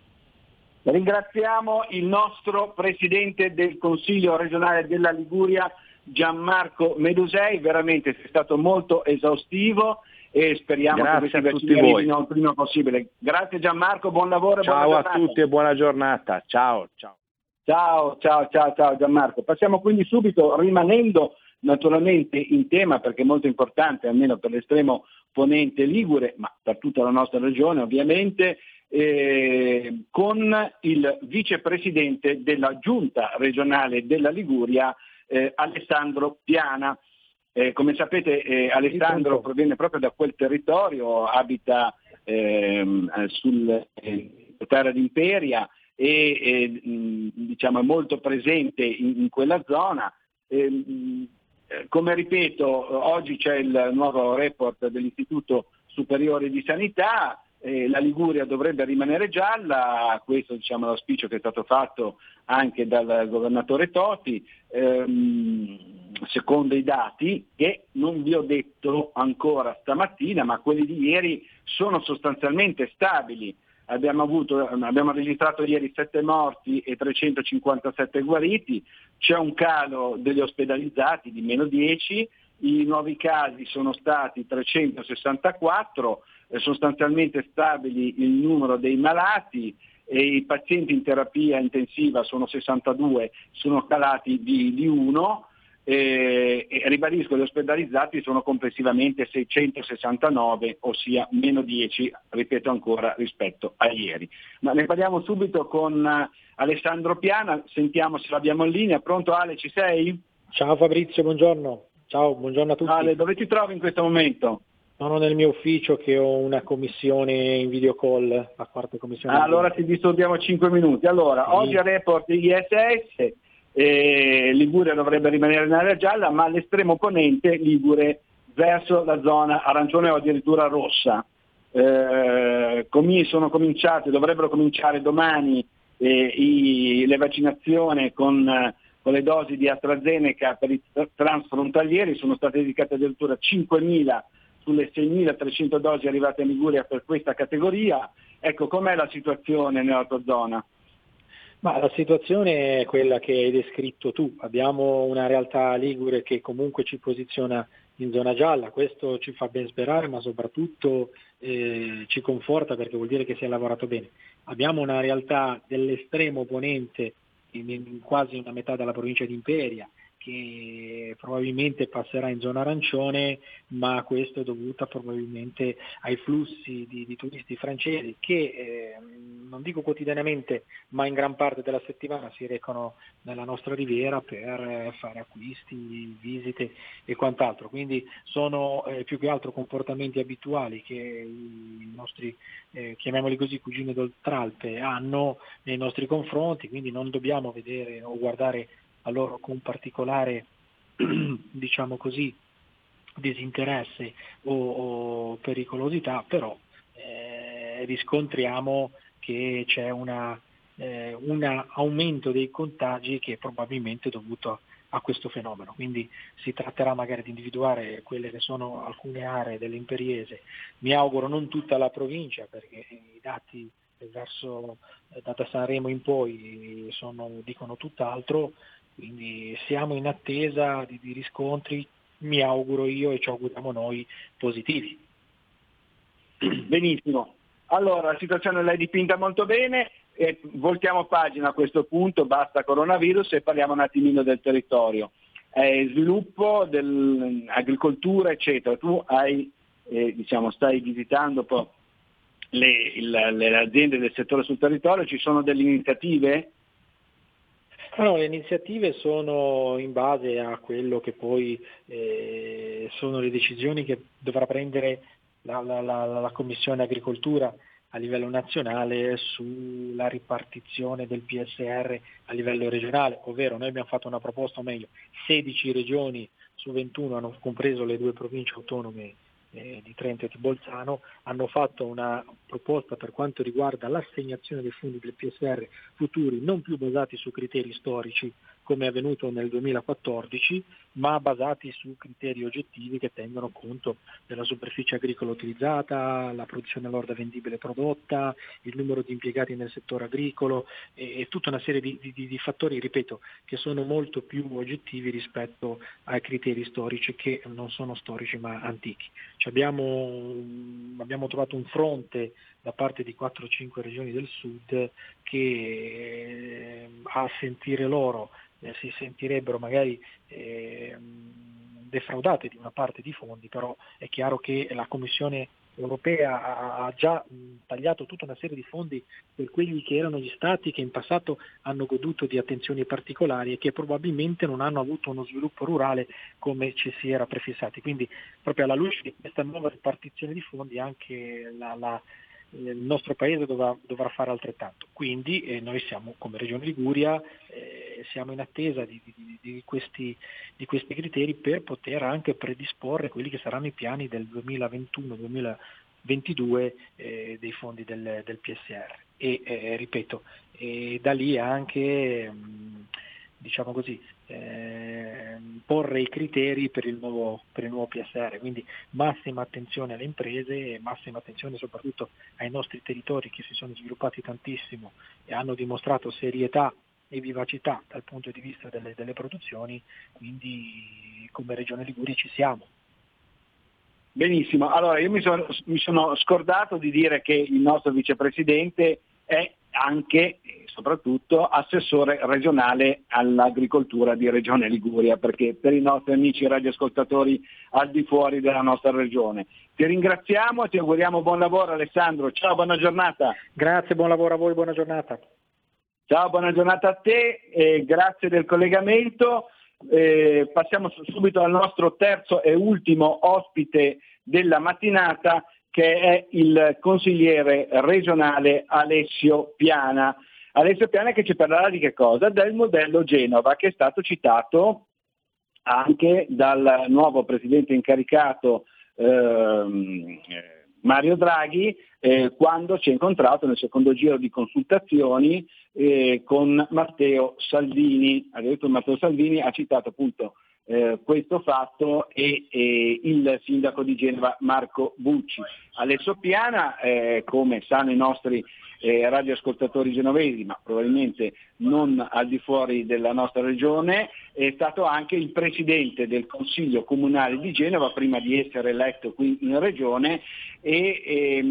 Speaker 2: Ringraziamo il nostro Presidente del Consiglio regionale della Liguria, Gianmarco Medusei, veramente sei stato molto esaustivo e speriamo
Speaker 21: Grazie
Speaker 2: che questi vaccini arrivino il prima possibile. Grazie Gianmarco, buon lavoro e
Speaker 21: ciao
Speaker 2: buona
Speaker 21: giornata. Ciao a tutti e buona giornata. Ciao, ciao.
Speaker 2: Ciao, ciao, ciao, ciao Gianmarco. Passiamo quindi subito, rimanendo naturalmente in tema, perché è molto importante, almeno per l'estremo ponente ligure, ma per tutta la nostra regione ovviamente, eh, con il vicepresidente della giunta regionale della Liguria, eh, Alessandro Piana. Eh, come sapete eh, Alessandro proviene proprio da quel territorio, abita ehm, sul eh, terra d'Imperia, e eh, diciamo è molto presente in, in quella zona. Eh, come ripeto, oggi c'è il nuovo report dell'Istituto Superiore di Sanità, eh, la Liguria dovrebbe rimanere gialla, questo diciamo, è l'auspicio che è stato fatto anche dal governatore Toti, ehm, secondo i dati che non vi ho detto ancora stamattina, ma quelli di ieri sono sostanzialmente stabili. Abbiamo, avuto, abbiamo registrato ieri sette morti e trecentocinquantasette guariti, c'è un calo degli ospedalizzati di meno dieci, i nuovi casi sono stati trecentosessantaquattro, eh, sostanzialmente stabili il numero dei malati e i pazienti in terapia intensiva sono sessantadue, sono calati di, di uno. Eh, e ribadisco, gli ospedalizzati sono complessivamente seicentosessantanove, ossia meno dieci, ripeto ancora, rispetto a ieri. Ma ne parliamo subito con Alessandro Piana, sentiamo se l'abbiamo in linea. Pronto Ale, ci sei?
Speaker 6: Ciao Fabrizio, buongiorno. Ciao, buongiorno a tutti.
Speaker 2: Ale, dove ti trovi in questo momento?
Speaker 6: Sono nel mio ufficio che ho una commissione in video call, la quarta commissione.
Speaker 2: Ah, allora ti disturbiamo cinque minuti. Allora, sì. Oggi a report I S S, Eh, Liguria dovrebbe rimanere in area gialla, ma all'estremo opponente Ligure verso la zona arancione o addirittura rossa. Eh, com- sono cominciate, dovrebbero cominciare domani eh, i, le vaccinazioni con, con le dosi di AstraZeneca per i transfrontalieri, sono state dedicate addirittura cinquemila sulle seimilatrecento dosi arrivate a Liguria per questa categoria. Ecco, com'è la situazione nella tua zona?
Speaker 6: Ma la situazione è quella che hai descritto tu, abbiamo una realtà ligure che comunque ci posiziona in zona gialla, questo ci fa ben sperare, ma soprattutto eh, ci conforta perché vuol dire che si è lavorato bene. Abbiamo una realtà dell'estremo ponente, in, in quasi una metà della provincia di Imperia, che probabilmente passerà in zona arancione, ma questo è dovuto probabilmente ai flussi di, di turisti francesi che, eh, non dico quotidianamente, ma in gran parte della settimana si recano nella nostra riviera per eh, fare acquisti, visite e quant'altro. Quindi sono eh, più che altro comportamenti abituali che i nostri, eh, chiamiamoli così, cugini d'Oltralpe hanno nei nostri confronti, quindi non dobbiamo vedere o guardare a loro con particolare, diciamo così, disinteresse o, o pericolosità, però eh, riscontriamo che c'è una, eh, un aumento dei contagi che è probabilmente dovuto a questo fenomeno, quindi si tratterà magari di individuare quelle che sono alcune aree dell'Imperiese, mi auguro non tutta la provincia perché i dati verso da Sanremo in poi sono, dicono tutt'altro. Quindi siamo in attesa di, di riscontri, mi auguro io e ci auguriamo noi, positivi.
Speaker 2: Benissimo, allora la situazione l'hai dipinta molto bene, e voltiamo pagina a questo punto, basta coronavirus e parliamo un attimino del territorio. Eh, sviluppo, dell'agricoltura eccetera, tu hai, eh, diciamo, stai visitando poi le, il, le aziende del settore sul territorio, ci sono delle iniziative?
Speaker 6: No, le iniziative sono in base a quello che poi eh, sono le decisioni che dovrà prendere la, la, la, la Commissione Agricoltura a livello nazionale sulla ripartizione del P S R a livello regionale, ovvero noi abbiamo fatto una proposta, o meglio, sedici regioni su ventuno hanno compreso le due province autonome eh, di Trento e di Bolzano, hanno fatto una proposta per quanto riguarda l'assegnazione dei fondi del P S R futuri non più basati su criteri storici come è avvenuto nel duemilaquattordici, ma basati su criteri oggettivi che tengono conto della superficie agricola utilizzata, la produzione lorda vendibile prodotta, il numero di impiegati nel settore agricolo e, e tutta una serie di, di, di fattori, ripeto, che sono molto più oggettivi rispetto ai criteri storici che non sono storici ma antichi. Cioè abbiamo, abbiamo trovato un fronte da parte di quattro o cinque regioni del sud che eh, a sentire loro eh, si sentirebbero magari eh, defraudate di una parte di fondi, però è chiaro che la Commissione europea ha già tagliato tutta una serie di fondi per quelli che erano gli stati che in passato hanno goduto di attenzioni particolari e che probabilmente non hanno avuto uno sviluppo rurale come ci si era prefissati. Quindi proprio alla luce di questa nuova ripartizione di fondi anche la, la il nostro paese dovrà, dovrà fare altrettanto. Quindi eh, noi siamo come Regione Liguria eh, siamo in attesa di, di, di, questi, di questi criteri per poter anche predisporre quelli che saranno i piani del duemilaventuno duemilaventidue eh, dei fondi del, del P S R e eh, ripeto e da lì anche mh, diciamo così, eh, porre i criteri per il, nuovo, per il nuovo P S R, quindi massima attenzione alle imprese e massima attenzione soprattutto ai nostri territori che si sono sviluppati tantissimo e hanno dimostrato serietà e vivacità dal punto di vista delle, delle produzioni, quindi come Regione Liguria ci siamo.
Speaker 2: Benissimo, allora io mi sono, mi sono scordato di dire che il nostro vicepresidente è anche e soprattutto assessore regionale all'agricoltura di Regione Liguria, perché per i nostri amici radioascoltatori al di fuori della nostra regione. Ti ringraziamo e ti auguriamo buon lavoro Alessandro, ciao, buona giornata.
Speaker 6: Grazie, buon lavoro a voi, buona giornata.
Speaker 2: Ciao, buona giornata a te, e grazie del collegamento. Eh, passiamo subito al nostro terzo e ultimo ospite della mattinata, che è il consigliere regionale Alessio Piana. Alessio Piana che ci parlerà di che cosa? Del modello Genova, che è stato citato anche dal nuovo presidente incaricato ehm, Mario Draghi eh, quando ci ha incontrato nel secondo giro di consultazioni eh, con Matteo Salvini. Ha detto Matteo Salvini ha citato appunto eh, questo fatto e, e il sindaco di Genova Marco Bucci. Alessio Piana, eh, come sanno i nostri eh, radioascoltatori genovesi, ma probabilmente non al di fuori della nostra regione, è stato anche il presidente del Consiglio Comunale di Genova prima di essere eletto qui in regione e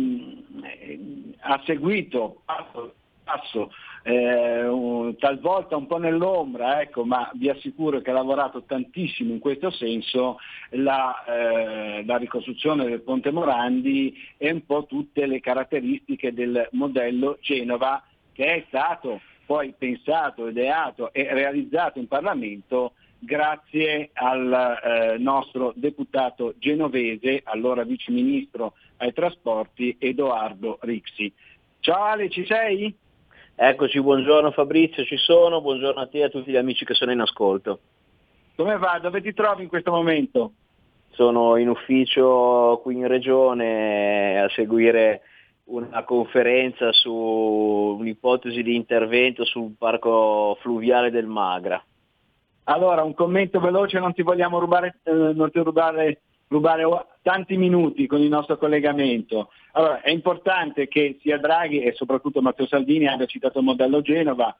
Speaker 2: ehm, ha seguito passo passo eh, un, talvolta un po' nell'ombra, ecco, ma vi assicuro che ha lavorato tantissimo in questo senso la, eh, la ricostruzione del Ponte Morandi e un po' tutte le caratteristiche del modello Genova che è stato poi pensato, ideato e realizzato in Parlamento grazie al eh, nostro deputato genovese, allora vice ministro ai trasporti, Edoardo Rixi. Ciao Ale, ci sei?
Speaker 7: Eccoci, buongiorno Fabrizio, ci sono, buongiorno a te e a tutti gli amici che sono in ascolto.
Speaker 2: Come va? Dove ti trovi in questo momento?
Speaker 7: Sono in ufficio qui in regione a seguire una conferenza su un'ipotesi di intervento sul parco fluviale del Magra.
Speaker 2: Allora, un commento veloce, non ti vogliamo rubare, eh, non ti rubare, rubare tanti minuti con il nostro collegamento. Allora, è importante che sia Draghi e soprattutto Matteo Salvini abbia citato il modello Genova,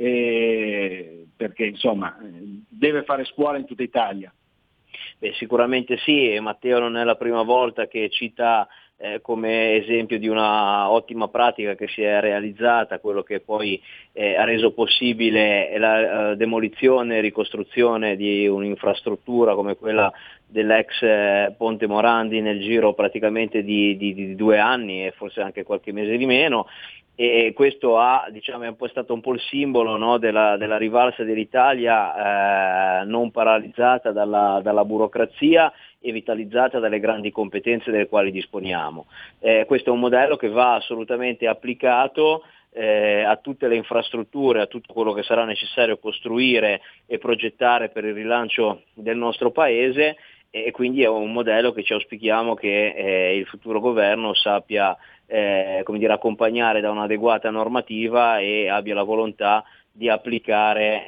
Speaker 2: eh, perché insomma deve fare scuola in tutta Italia.
Speaker 7: Beh, sicuramente sì, e Matteo non è la prima volta che cita eh, come esempio di una ottima pratica che si è realizzata, quello che poi eh, ha reso possibile la uh, demolizione e ricostruzione di un'infrastruttura come quella dell'ex eh, Ponte Morandi nel giro praticamente di, di, di due anni e forse anche qualche mese di meno. E questo ha, diciamo, è un po' stato un po' il simbolo, no, della, della rivalsa dell'Italia, eh, non paralizzata dalla, dalla burocrazia e vitalizzata dalle grandi competenze delle quali disponiamo. Eh, questo è un modello che va assolutamente applicato eh, a tutte le infrastrutture, a tutto quello che sarà necessario costruire e progettare per il rilancio del nostro Paese, e quindi è un modello che ci auspichiamo che eh, il futuro governo sappia eh, come dire, accompagnare da un'adeguata normativa e abbia la volontà di applicare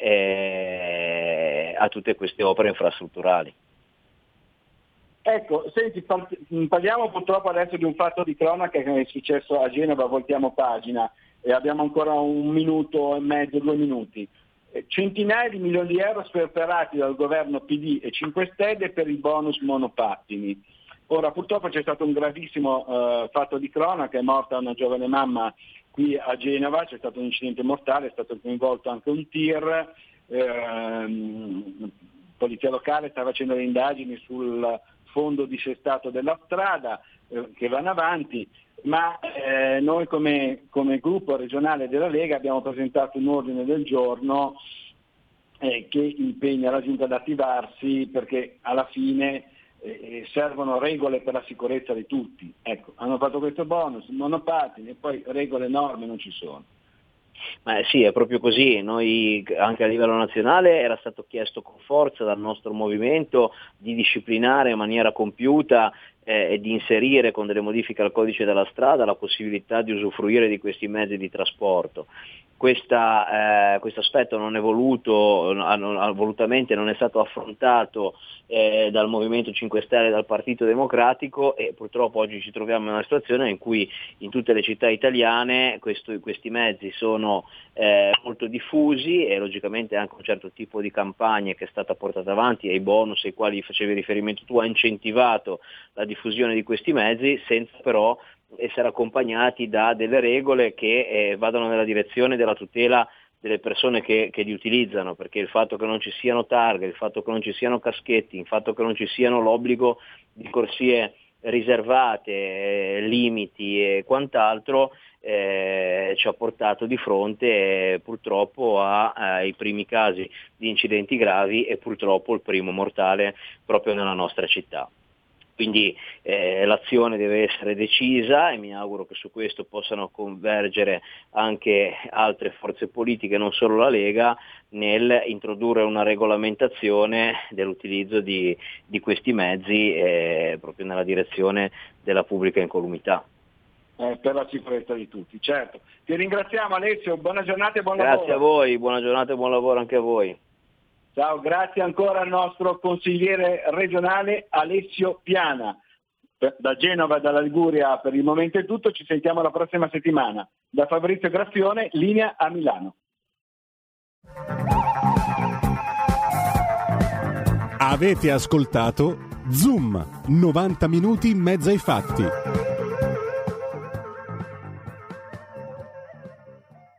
Speaker 7: eh, a tutte queste opere infrastrutturali.
Speaker 2: Ecco, senti, parliamo purtroppo adesso di un fatto di cronaca che è successo a Genova, voltiamo pagina e abbiamo ancora un minuto e mezzo, due minuti. Centinaia di milioni di euro sperperati dal governo P D e cinque Stelle per il bonus monopattini. Ora purtroppo c'è stato un gravissimo uh, fatto di cronaca, è morta una giovane mamma qui a Genova, c'è stato un incidente mortale, è stato coinvolto anche un tir, ehm, polizia locale sta facendo le indagini sul fondo dissestato della strada eh, che vanno avanti, ma eh, noi come, come gruppo regionale della Lega abbiamo presentato un ordine del giorno eh, che impegna la Giunta ad attivarsi perché alla fine eh, servono regole per la sicurezza di tutti. Ecco, hanno fatto questo bonus, monopattini e poi regole e norme non ci sono.
Speaker 7: Ma sì, è proprio così. Noi anche a livello nazionale era stato chiesto con forza dal nostro movimento di disciplinare in maniera compiuta eh, e di inserire con delle modifiche al codice della strada la possibilità di usufruire di questi mezzi di trasporto. Questa, eh, questo aspetto non è voluto, non, volutamente non è stato affrontato eh, dal Movimento cinque Stelle e dal Partito Democratico e purtroppo oggi ci troviamo in una situazione in cui in tutte le città italiane questo, questi mezzi sono eh, molto diffusi e logicamente anche un certo tipo di campagna che è stata portata avanti e i bonus ai quali facevi riferimento tu ha incentivato la diffusione di questi mezzi senza però essere accompagnati da delle regole che eh, vadano nella direzione della tutela delle persone che, che li utilizzano, perché il fatto che non ci siano targhe, il fatto che non ci siano caschetti, il fatto che non ci siano l'obbligo di corsie riservate, eh, limiti e quant'altro eh, ci ha portato di fronte eh, purtroppo a, ai primi casi di incidenti gravi e purtroppo il primo mortale proprio nella nostra città. Quindi eh, l'azione deve essere decisa e mi auguro che su questo possano convergere anche altre forze politiche, non solo la Lega, nel introdurre una regolamentazione dell'utilizzo di, di questi mezzi eh, proprio nella direzione della pubblica incolumità.
Speaker 2: Eh, per la sicurezza di tutti, certo. Ti ringraziamo Alessio, buona giornata e buon
Speaker 7: Grazie
Speaker 2: lavoro.
Speaker 7: Grazie a voi, buona giornata e buon lavoro anche a voi.
Speaker 2: Ciao, grazie ancora al nostro consigliere regionale Alessio Piana. Da Genova e dalla Liguria per il momento è tutto, ci sentiamo la prossima settimana. Da Fabrizio Graffione, linea a Milano.
Speaker 3: Avete ascoltato Zoom, novanta minuti in mezzo ai fatti.